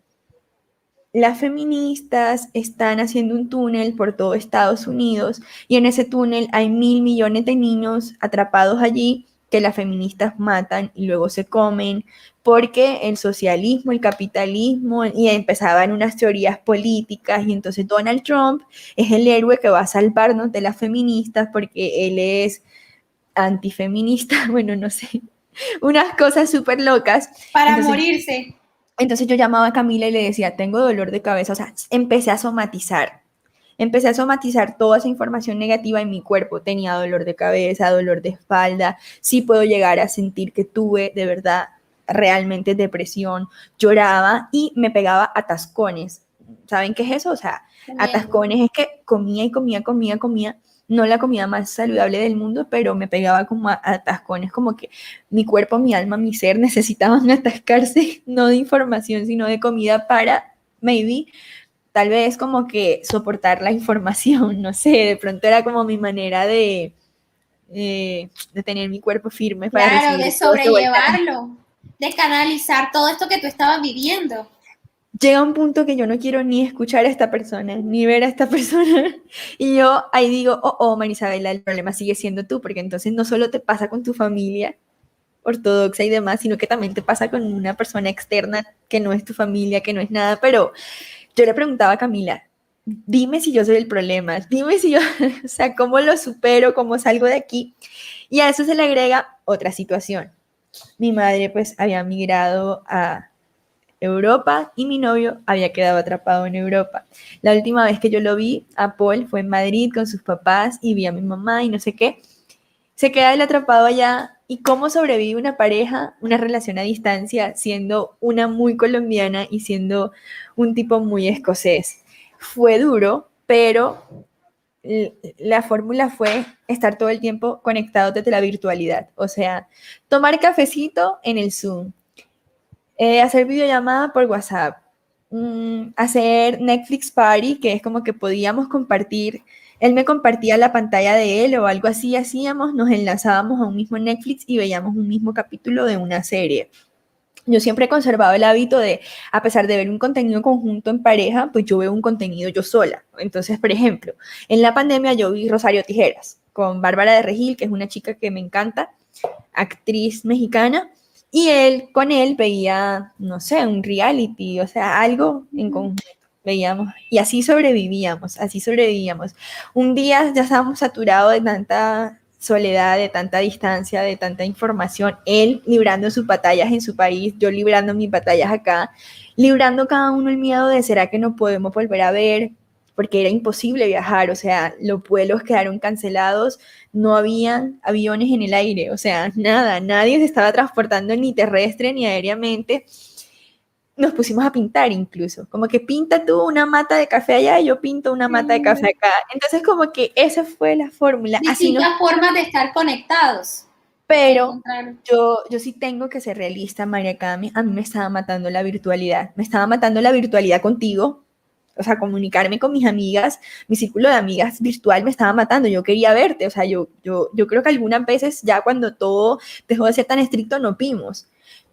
las feministas están haciendo un túnel por todo Estados Unidos y en ese túnel hay 1.000 millones de niños atrapados allí que las feministas matan y luego se comen porque el socialismo, el capitalismo, y empezaban unas teorías políticas y entonces Donald Trump es el héroe que va a salvarnos de las feministas porque él es antifeminista, bueno, no sé, unas cosas súper locas. Para Entonces morirse. entonces yo llamaba a Camila y le decía, tengo dolor de cabeza, o sea, empecé a somatizar toda esa información negativa en mi cuerpo, tenía dolor de cabeza, dolor de espalda, sí puedo llegar a sentir que tuve de verdad realmente depresión, lloraba y me pegaba atascones. ¿Saben qué es eso? O sea, atascones es que comía y comía, comía, comía, no la comida más saludable del mundo, pero me pegaba como a atascones, como que mi cuerpo, mi alma, mi ser necesitaban atascarse, no de información, sino de comida para, maybe, tal vez como que soportar la información, no sé, de pronto era como mi manera de tener mi cuerpo firme para Claro, recibir de todo ese voltaje. sobrellevarlo, de canalizar todo esto que tú estabas viviendo. Llega un punto que yo no quiero ni escuchar a esta persona, ni ver a esta persona. Y yo ahí digo, oh, Marisabela, el problema sigue siendo tú, porque entonces no solo te pasa con tu familia ortodoxa y demás, sino que también te pasa con una persona externa que no es tu familia, que no es nada. Pero yo le preguntaba a Camila, dime si yo soy el problema, dime si yo, o sea, cómo lo supero, cómo salgo de aquí. Y a eso se le agrega otra situación. Mi madre pues había migrado a Europa y mi novio había quedado atrapado en Europa. La última vez que yo lo vi a Paul fue en Madrid con sus papás y vi a mi mamá y no sé qué. Se queda él atrapado allá y cómo sobrevive una pareja, una relación a distancia, siendo una muy colombiana y siendo un tipo muy escocés. Fue duro, pero la fórmula fue estar todo el tiempo conectado desde la virtualidad. O sea, tomar cafecito en el Zoom, hacer videollamada por WhatsApp, hacer Netflix Party, que es como que podíamos compartir Él me compartía la pantalla de él o algo así hacíamos, nos enlazábamos a un mismo Netflix y veíamos un mismo capítulo de una serie. Yo siempre he conservado el hábito de, a pesar de ver un contenido conjunto en pareja, pues yo veo un contenido yo sola. Entonces, por ejemplo, en la pandemia yo vi Rosario Tijeras con Bárbara de Regil, que es una chica que me encanta, actriz mexicana, y con él veía, no sé, un reality, o sea, algo en conjunto veíamos, y así sobrevivíamos, así sobrevivíamos. Un día ya estábamos saturados de tanta soledad, de tanta distancia, de tanta información, él librando sus batallas en su país, yo librando mis batallas acá, librando cada uno el miedo de ¿será que no podemos volver a ver? Porque era imposible viajar, o sea, los vuelos quedaron cancelados, no habían aviones en el aire, o sea, nada, nadie se estaba transportando ni terrestre ni aéreamente. Nos pusimos a pintar incluso, como que pinta tú una mata de café allá y yo pinto una mata de café acá. Entonces como que esa fue la fórmula. Distintas formas de estar conectados. Pero yo sí tengo que ser realista, María Cami. A mí me estaba matando la virtualidad. Me estaba matando la virtualidad contigo. O sea, comunicarme con mis amigas, mi círculo de amigas virtual me estaba matando. Yo quería verte. O sea, yo creo que algunas veces ya cuando todo dejó de ser tan estricto, nos vimos.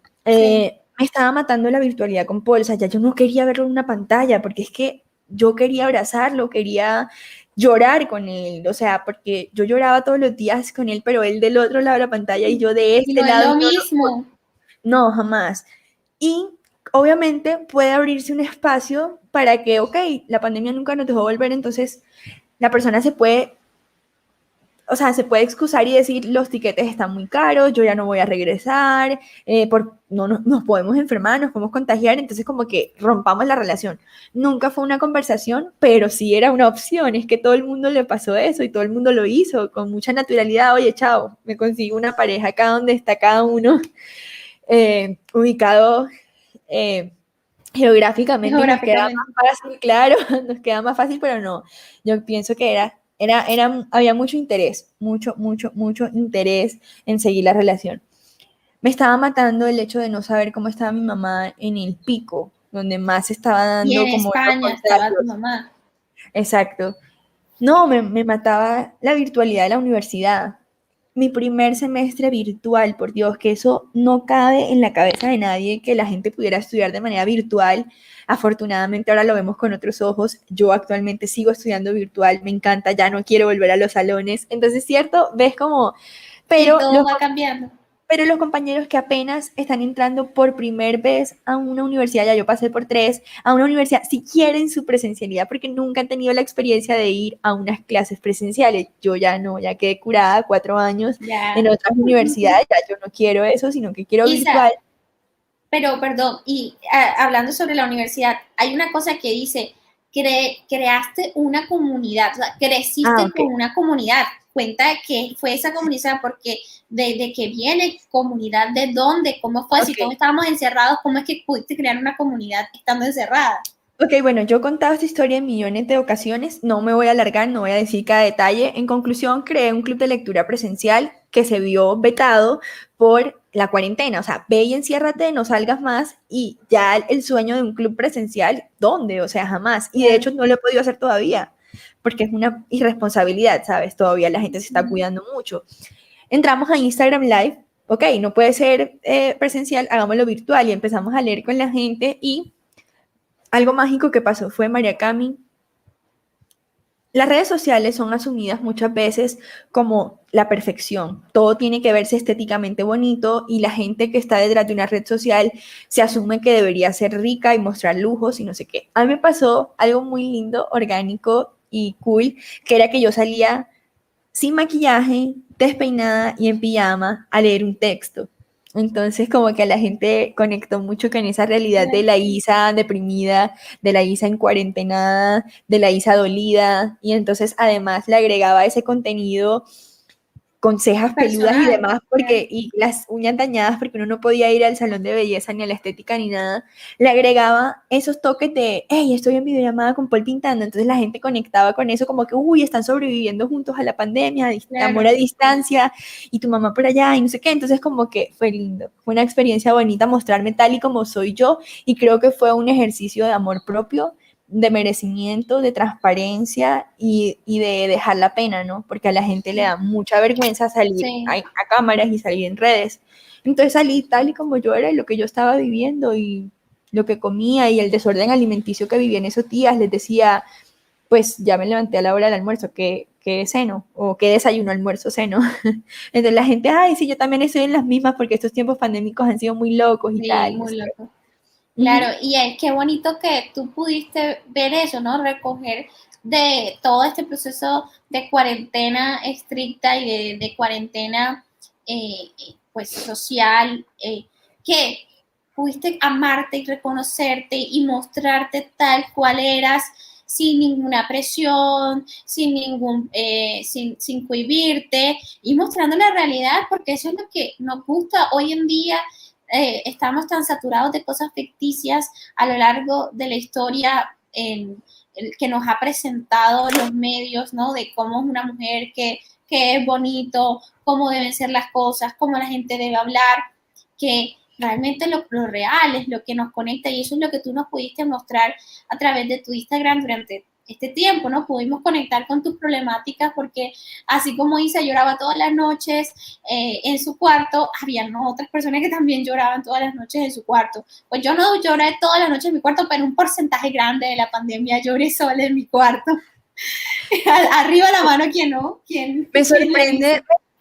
Me estaba matando la virtualidad con Paul. O sea, ya yo no quería verlo en una pantalla porque es que yo quería abrazarlo, quería llorar con él, o sea, porque yo lloraba todos los días con él, pero él del otro lado de la pantalla y yo de este y no lado. es lo mismo. No, jamás. Y obviamente puede abrirse un espacio para que, ok, la pandemia nunca nos dejó volver, entonces la persona se puede, o sea, se puede excusar y decir, los tiquetes están muy caros, yo ya no voy a regresar, no nos podemos enfermar, nos podemos contagiar, entonces como que rompamos la relación. Nunca fue una conversación, pero sí era una opción, es que todo el mundo le pasó eso y todo el mundo lo hizo con mucha naturalidad. Oye, chao, me consigo una pareja acá donde está cada uno ubicado geográficamente y nos queda más fácil, claro, nos queda más fácil, pero no, yo pienso que había mucho interés, mucho interés en seguir la relación. Me estaba matando el hecho de no saber cómo estaba mi mamá en el pico, donde más estaba dando y en como España estaba tu mamá. Exacto. No, me mataba la virtualidad de la universidad. Mi primer semestre virtual, por Dios, que eso no cabe en la cabeza de nadie, que la gente pudiera estudiar de manera virtual. Afortunadamente ahora lo vemos con otros ojos. Yo actualmente sigo estudiando virtual, me encanta, ya no quiero volver a los salones. Entonces, cierto, ves como, pero sí, todo va cambiando. Pero los compañeros que apenas están entrando por primera vez a una universidad, ya yo pasé por 3, a una universidad, si quieren su presencialidad, porque nunca han tenido la experiencia de ir a unas clases presenciales. Yo ya no, ya quedé curada 4 años en otras universidades, ya yo no quiero eso, sino que quiero virtual. Pero, perdón, y hablando sobre la universidad, hay una cosa que dice, creaste una comunidad, o sea, creciste con una comunidad. Cuenta que fue esa comunidad, porque de que viene comunidad, de dónde, cómo fue, si todos estábamos encerrados, cómo es que pudiste crear una comunidad estando encerrada. Ok, bueno, yo he contado esta historia en millones de ocasiones, no me voy a alargar, no voy a decir cada detalle. En conclusión, creé un club de lectura presencial que se vio vetado por la cuarentena, o sea, ve y enciérrate, no salgas más, y ya el sueño de un club presencial, ¿dónde? O sea, jamás. Y de hecho no lo he podido hacer todavía, porque es una irresponsabilidad, ¿sabes? Todavía la gente se está cuidando mucho. Entramos a Instagram Live, ok, no puede ser presencial, hagámoslo virtual, y empezamos a leer con la gente. Y algo mágico que pasó fue, María Cami, las redes sociales son asumidas muchas veces como la perfección. Todo tiene que verse estéticamente bonito y la gente que está detrás de una red social se asume que debería ser rica y mostrar lujos y no sé qué. A mí me pasó algo muy lindo, orgánico y cool, que era que yo salía sin maquillaje, despeinada y en pijama a leer un texto. Entonces como que la gente conectó mucho con esa realidad de la Isa deprimida, de la Isa en cuarentenada, de la Isa dolida, y entonces además le agregaba ese contenido con cejas peludas y demás, y las uñas dañadas, porque uno no podía ir al salón de belleza ni a la estética ni nada, le agregaba esos toques de, hey, estoy en videollamada con Paul pintando, entonces la gente conectaba con eso como que, uy, están sobreviviendo juntos a la pandemia, amor a distancia, y tu mamá por allá, y no sé qué, entonces como que fue lindo, fue una experiencia bonita mostrarme tal y como soy yo, y creo que fue un ejercicio de amor propio, de merecimiento, de transparencia y de dejar la pena, ¿no? Porque a la gente le da mucha vergüenza salir Sí. a cámaras y salir en redes. Entonces salí tal y como yo era y lo que yo estaba viviendo y lo que comía y el desorden alimenticio que vivía en esos días. Les decía, pues ya me levanté a la hora del almuerzo, que ceno, o que desayuno, almuerzo, ceno. Entonces la gente, ay, sí, yo también estoy en las mismas porque estos tiempos pandémicos han sido muy locos y Sí, tal. Y no muy sé qué. loco. Claro, Ujú. y qué bonito que tú pudiste ver eso, ¿no? Recoger de todo este proceso de cuarentena estricta y de cuarentena pues social, que pudiste amarte y reconocerte y mostrarte tal cual eras sin ninguna presión, sin ningún, sin cohibirte y mostrando la realidad, porque eso es lo que nos gusta hoy en día. Estamos tan saturados de cosas ficticias a lo largo de la historia que nos ha presentado los medios, ¿no? De cómo es una mujer que es bonito, cómo deben ser las cosas, cómo la gente debe hablar, que realmente lo real es lo que nos conecta y eso es lo que tú nos pudiste mostrar a través de tu Instagram durante este tiempo, ¿no? Pudimos conectar con tus problemáticas porque así como Isa lloraba todas las noches en su cuarto, había otras personas que también lloraban todas las noches en su cuarto. Pues yo no lloré todas las noches en mi cuarto, pero un porcentaje grande de la pandemia lloré sola en mi cuarto. Arriba la mano, ¿quién no? Me ¿Quién lo hizo?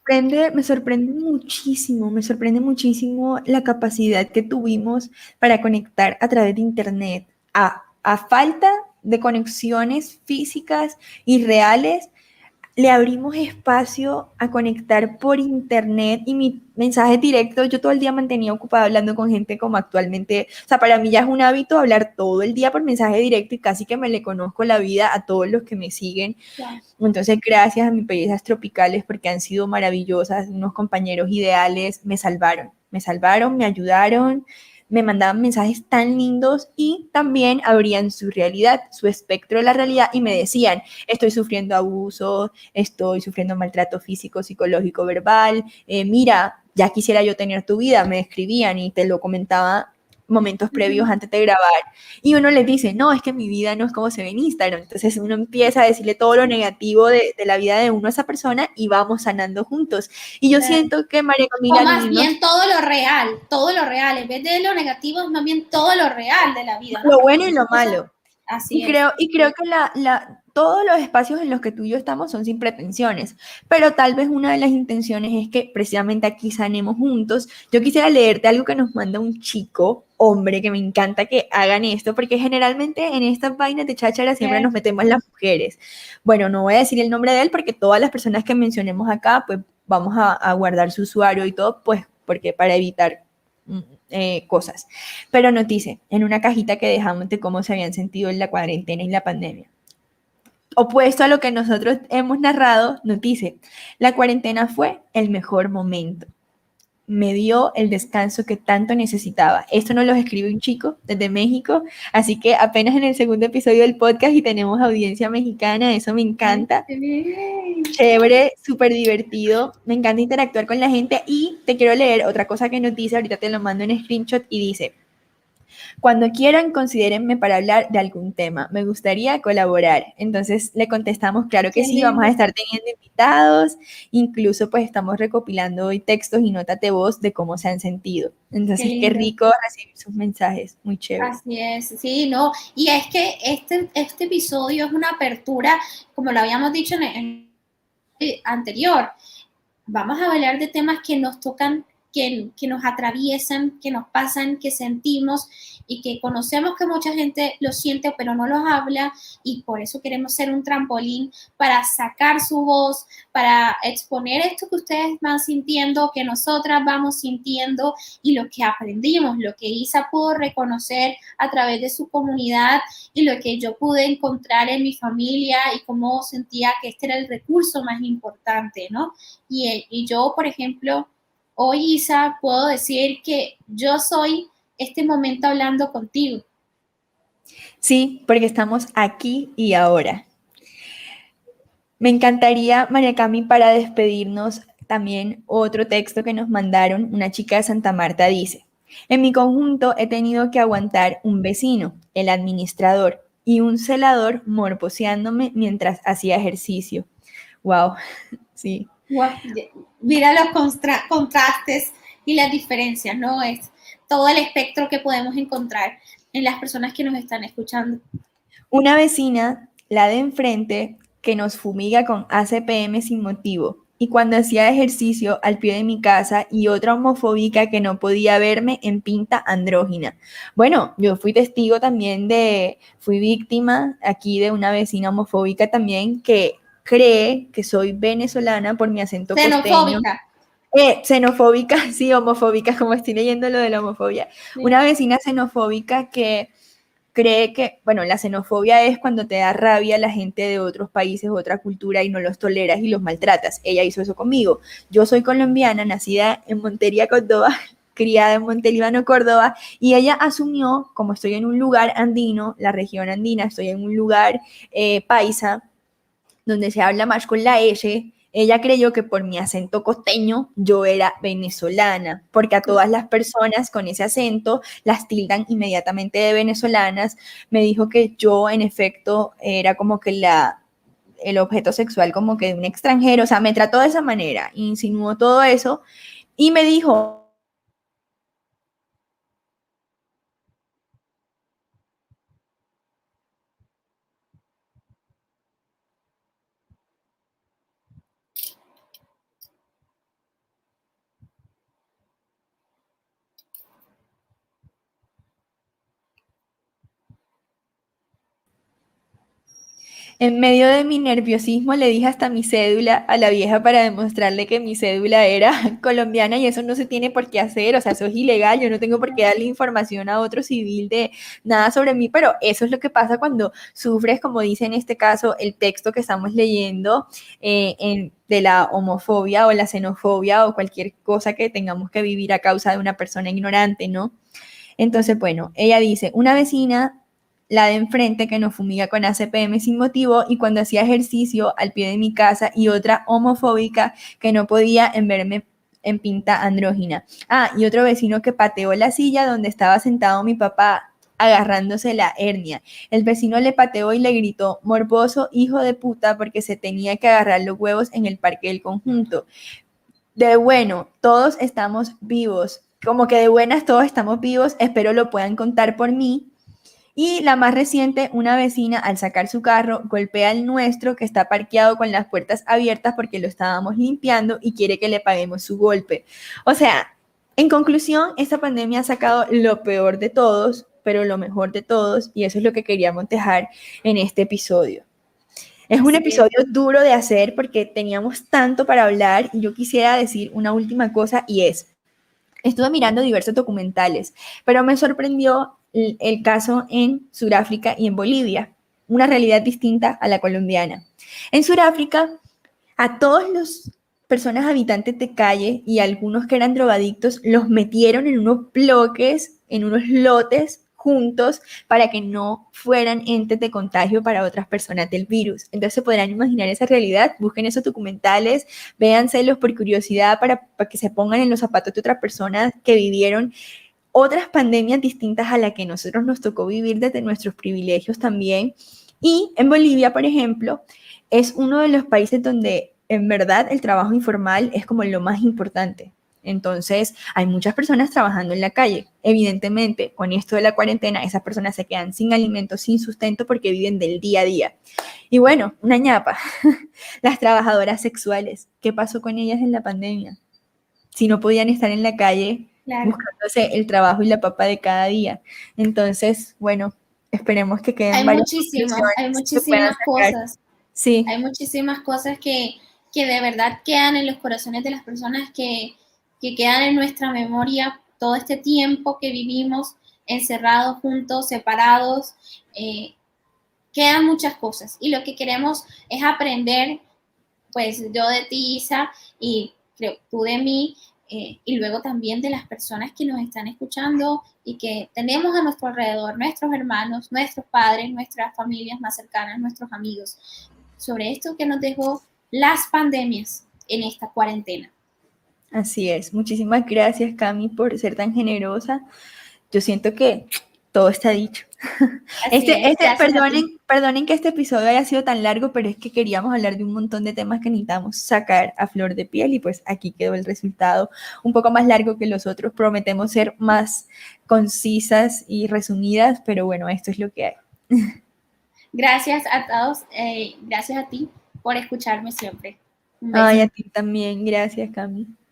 me sorprende muchísimo la capacidad que tuvimos para conectar a través de Internet. A falta de conexiones físicas y reales, le abrimos espacio a conectar por internet y mi mensaje directo, yo todo el día mantenía ocupada hablando con gente como actualmente, o sea, para mí ya es un hábito hablar todo el día por mensaje directo y casi que me le conozco la vida a todos los que me siguen. Claro. Entonces, gracias a mis bellezas tropicales porque han sido maravillosas, unos compañeros ideales, me salvaron, me ayudaron, me mandaban mensajes tan lindos y también abrían su realidad, su espectro de la realidad y me decían, estoy sufriendo abuso, estoy sufriendo maltrato físico, psicológico, verbal, mira, ya quisiera yo tener tu vida, me escribían y te lo comentaba momentos previos antes de grabar y uno les dice, no, es que mi vida no es como se ve en Instagram, entonces uno empieza a decirle todo lo negativo de la vida de uno a esa persona y vamos sanando juntos y yo Claro. siento que María O Camila al más unirnos bien todo lo real, en vez de lo negativo, es más bien todo lo real de la vida, ¿no? lo Porque bueno y muchas lo cosas, malo. así es. Y creo que todos los espacios en los que tú y yo estamos son sin pretensiones, pero tal vez una de las intenciones es que precisamente aquí sanemos juntos. Yo quisiera leerte algo que nos manda un chico, hombre, que me encanta que hagan esto, porque generalmente en estas vainas de cháchara siempre nos metemos las mujeres. Bueno, no voy a decir el nombre de él porque todas las personas que mencionemos acá, pues vamos a guardar su usuario y todo, pues porque para evitar cosas. Pero nos dice, en una cajita que dejamos de cómo se habían sentido en la cuarentena y la pandemia. Opuesto a lo que nosotros hemos narrado, nos dice, la cuarentena fue el mejor momento. Me dio el descanso que tanto necesitaba. Esto nos lo escribe un chico desde México, así que apenas en el segundo episodio del podcast y tenemos audiencia mexicana, eso me encanta. Chévere, súper divertido, me encanta interactuar con la gente y te quiero leer otra cosa que nos dice, ahorita te lo mando en screenshot y dice, cuando quieran, considérenme para hablar de algún tema. Me gustaría colaborar. Entonces le contestamos, claro que Qué sí, vamos a lindo. estar teniendo invitados. Incluso pues estamos recopilando hoy textos y notas de voz de cómo se han sentido. Qué Entonces, qué lindo. rico recibir sus mensajes. Muy chévere. Así es, sí, no. Y es que este episodio es una apertura, como lo habíamos dicho en el anterior, vamos a hablar de temas que nos tocan, que nos atraviesan, que nos pasan, que sentimos y que conocemos que mucha gente lo siente pero no los habla y por eso queremos ser un trampolín para sacar su voz, para exponer esto que ustedes van sintiendo, que nosotras vamos sintiendo y lo que aprendimos, lo que Isa pudo reconocer a través de su comunidad y lo que yo pude encontrar en mi familia y cómo sentía que este era el recurso más importante, ¿no? Y yo, por ejemplo, hoy, Isa, puedo decir que yo soy este momento hablando contigo. Sí, porque estamos aquí y ahora. Me encantaría, María Cami, para despedirnos, también otro texto que nos mandaron, una chica de Santa Marta dice, en mi conjunto he tenido que aguantar un vecino, el administrador. y un celador morboseándome mientras hacía ejercicio. Wow, sí. Wow. Mira los contrastes y las diferencias, ¿no? Es todo el espectro que podemos encontrar en las personas que nos están escuchando. Una vecina, la de enfrente, que nos fumiga con ACPM sin motivo. Y cuando hacía ejercicio al pie de mi casa y otra homofóbica que no podía verme en pinta andrógina. Bueno, yo fui testigo también fui víctima aquí de una vecina homofóbica también que cree que soy venezolana por mi acento costeño. Xenofóbica. Xenofóbica, sí, homofóbica, como estoy leyendo lo de la homofobia. Sí. Una vecina xenofóbica que cree que, bueno, la xenofobia es cuando te da rabia la gente de otros países, otra cultura y no los toleras y los maltratas. Ella hizo eso conmigo. Yo soy colombiana, nacida en Montería, Córdoba, criada en Montelíbano, Córdoba, y ella asumió, como estoy en un lugar andino, la región andina, estoy en un lugar paisa, donde se habla más con la S, ella creyó que por mi acento costeño yo era venezolana, porque a todas las personas con ese acento las tildan inmediatamente de venezolanas. Me dijo que yo, en efecto, era como que el objeto sexual como que de un extranjero, o sea, me trató de esa manera, insinuó todo eso y me dijo... En medio de mi nerviosismo le dije hasta mi cédula a la vieja para demostrarle que mi cédula era colombiana y eso no se tiene por qué hacer, o sea, eso es ilegal, yo no tengo por qué darle información a otro civil de nada sobre mí, pero eso es lo que pasa cuando sufres, como dice en este caso el texto que estamos leyendo, de la homofobia o la xenofobia o cualquier cosa que tengamos que vivir a causa de una persona ignorante, ¿no? Entonces, bueno, ella dice, una vecina, la de enfrente, que nos fumiga con ACPM sin motivo y cuando hacía ejercicio al pie de mi casa y otra homofóbica que no podía en verme en pinta andrógina. Ah, y otro vecino que pateó la silla donde estaba sentado mi papá agarrándose la hernia. El vecino le pateó y le gritó, morboso hijo de puta, porque se tenía que agarrar los huevos en el parque del conjunto. De bueno, todos estamos vivos, como que de buenas todos estamos vivos, espero lo puedan contar por mí. Y la más reciente, una vecina al sacar su carro golpea al nuestro que está parqueado con las puertas abiertas porque lo estábamos limpiando y quiere que le paguemos su golpe. O sea, en conclusión, esta pandemia ha sacado lo peor de todos, pero lo mejor de todos, y eso es lo que queríamos dejar en este episodio. Es un episodio duro de hacer porque teníamos tanto para hablar y yo quisiera decir una última cosa y es, estuve mirando diversos documentales, pero me sorprendió el caso en Sudáfrica y en Bolivia, una realidad distinta a la colombiana. En Sudáfrica, a todos los personas habitantes de calle y algunos que eran drogadictos los metieron en unos bloques, en unos lotes juntos para que no fueran entes de contagio para otras personas del virus. Entonces se podrán imaginar esa realidad, busquen esos documentales, véanselos por curiosidad para que se pongan en los zapatos de otras personas que vivieron otras pandemias distintas a la que nosotros nos tocó vivir desde nuestros privilegios también. Y en Bolivia, por ejemplo, es uno de los países donde en verdad el trabajo informal es como lo más importante. Entonces, hay muchas personas trabajando en la calle. Evidentemente, con esto de la cuarentena, esas personas se quedan sin alimentos, sin sustento, porque viven del día a día. Y bueno, una ñapa, las trabajadoras sexuales, ¿qué pasó con ellas en la pandemia? Si no podían estar en la calle, claro, buscándose el trabajo y la papa de cada día. Entonces, bueno, esperemos que queden varias hay muchísimas cosas. Sí. Hay muchísimas cosas que de verdad quedan en los corazones de las personas, que quedan en nuestra memoria todo este tiempo que vivimos encerrados, juntos, separados. Quedan muchas cosas y lo que queremos es aprender, pues yo de ti, Isa, y creo tú de mí, y luego también de las personas que nos están escuchando y que tenemos a nuestro alrededor, nuestros hermanos, nuestros padres, nuestras familias más cercanas, nuestros amigos, sobre esto que nos dejó las pandemias en esta cuarentena. Así es. Muchísimas gracias, Cami, por ser tan generosa. Yo siento que todo está dicho. Así es, gracias a ti. Perdonen que este episodio haya sido tan largo, pero es que queríamos hablar de un montón de temas que necesitamos sacar a flor de piel y pues aquí quedó el resultado un poco más largo que los otros. Prometemos ser más concisas y resumidas, pero bueno, esto es lo que hay. Gracias a todos, gracias a ti por escucharme siempre. Un beso. Ay, a ti también. Gracias, Cami.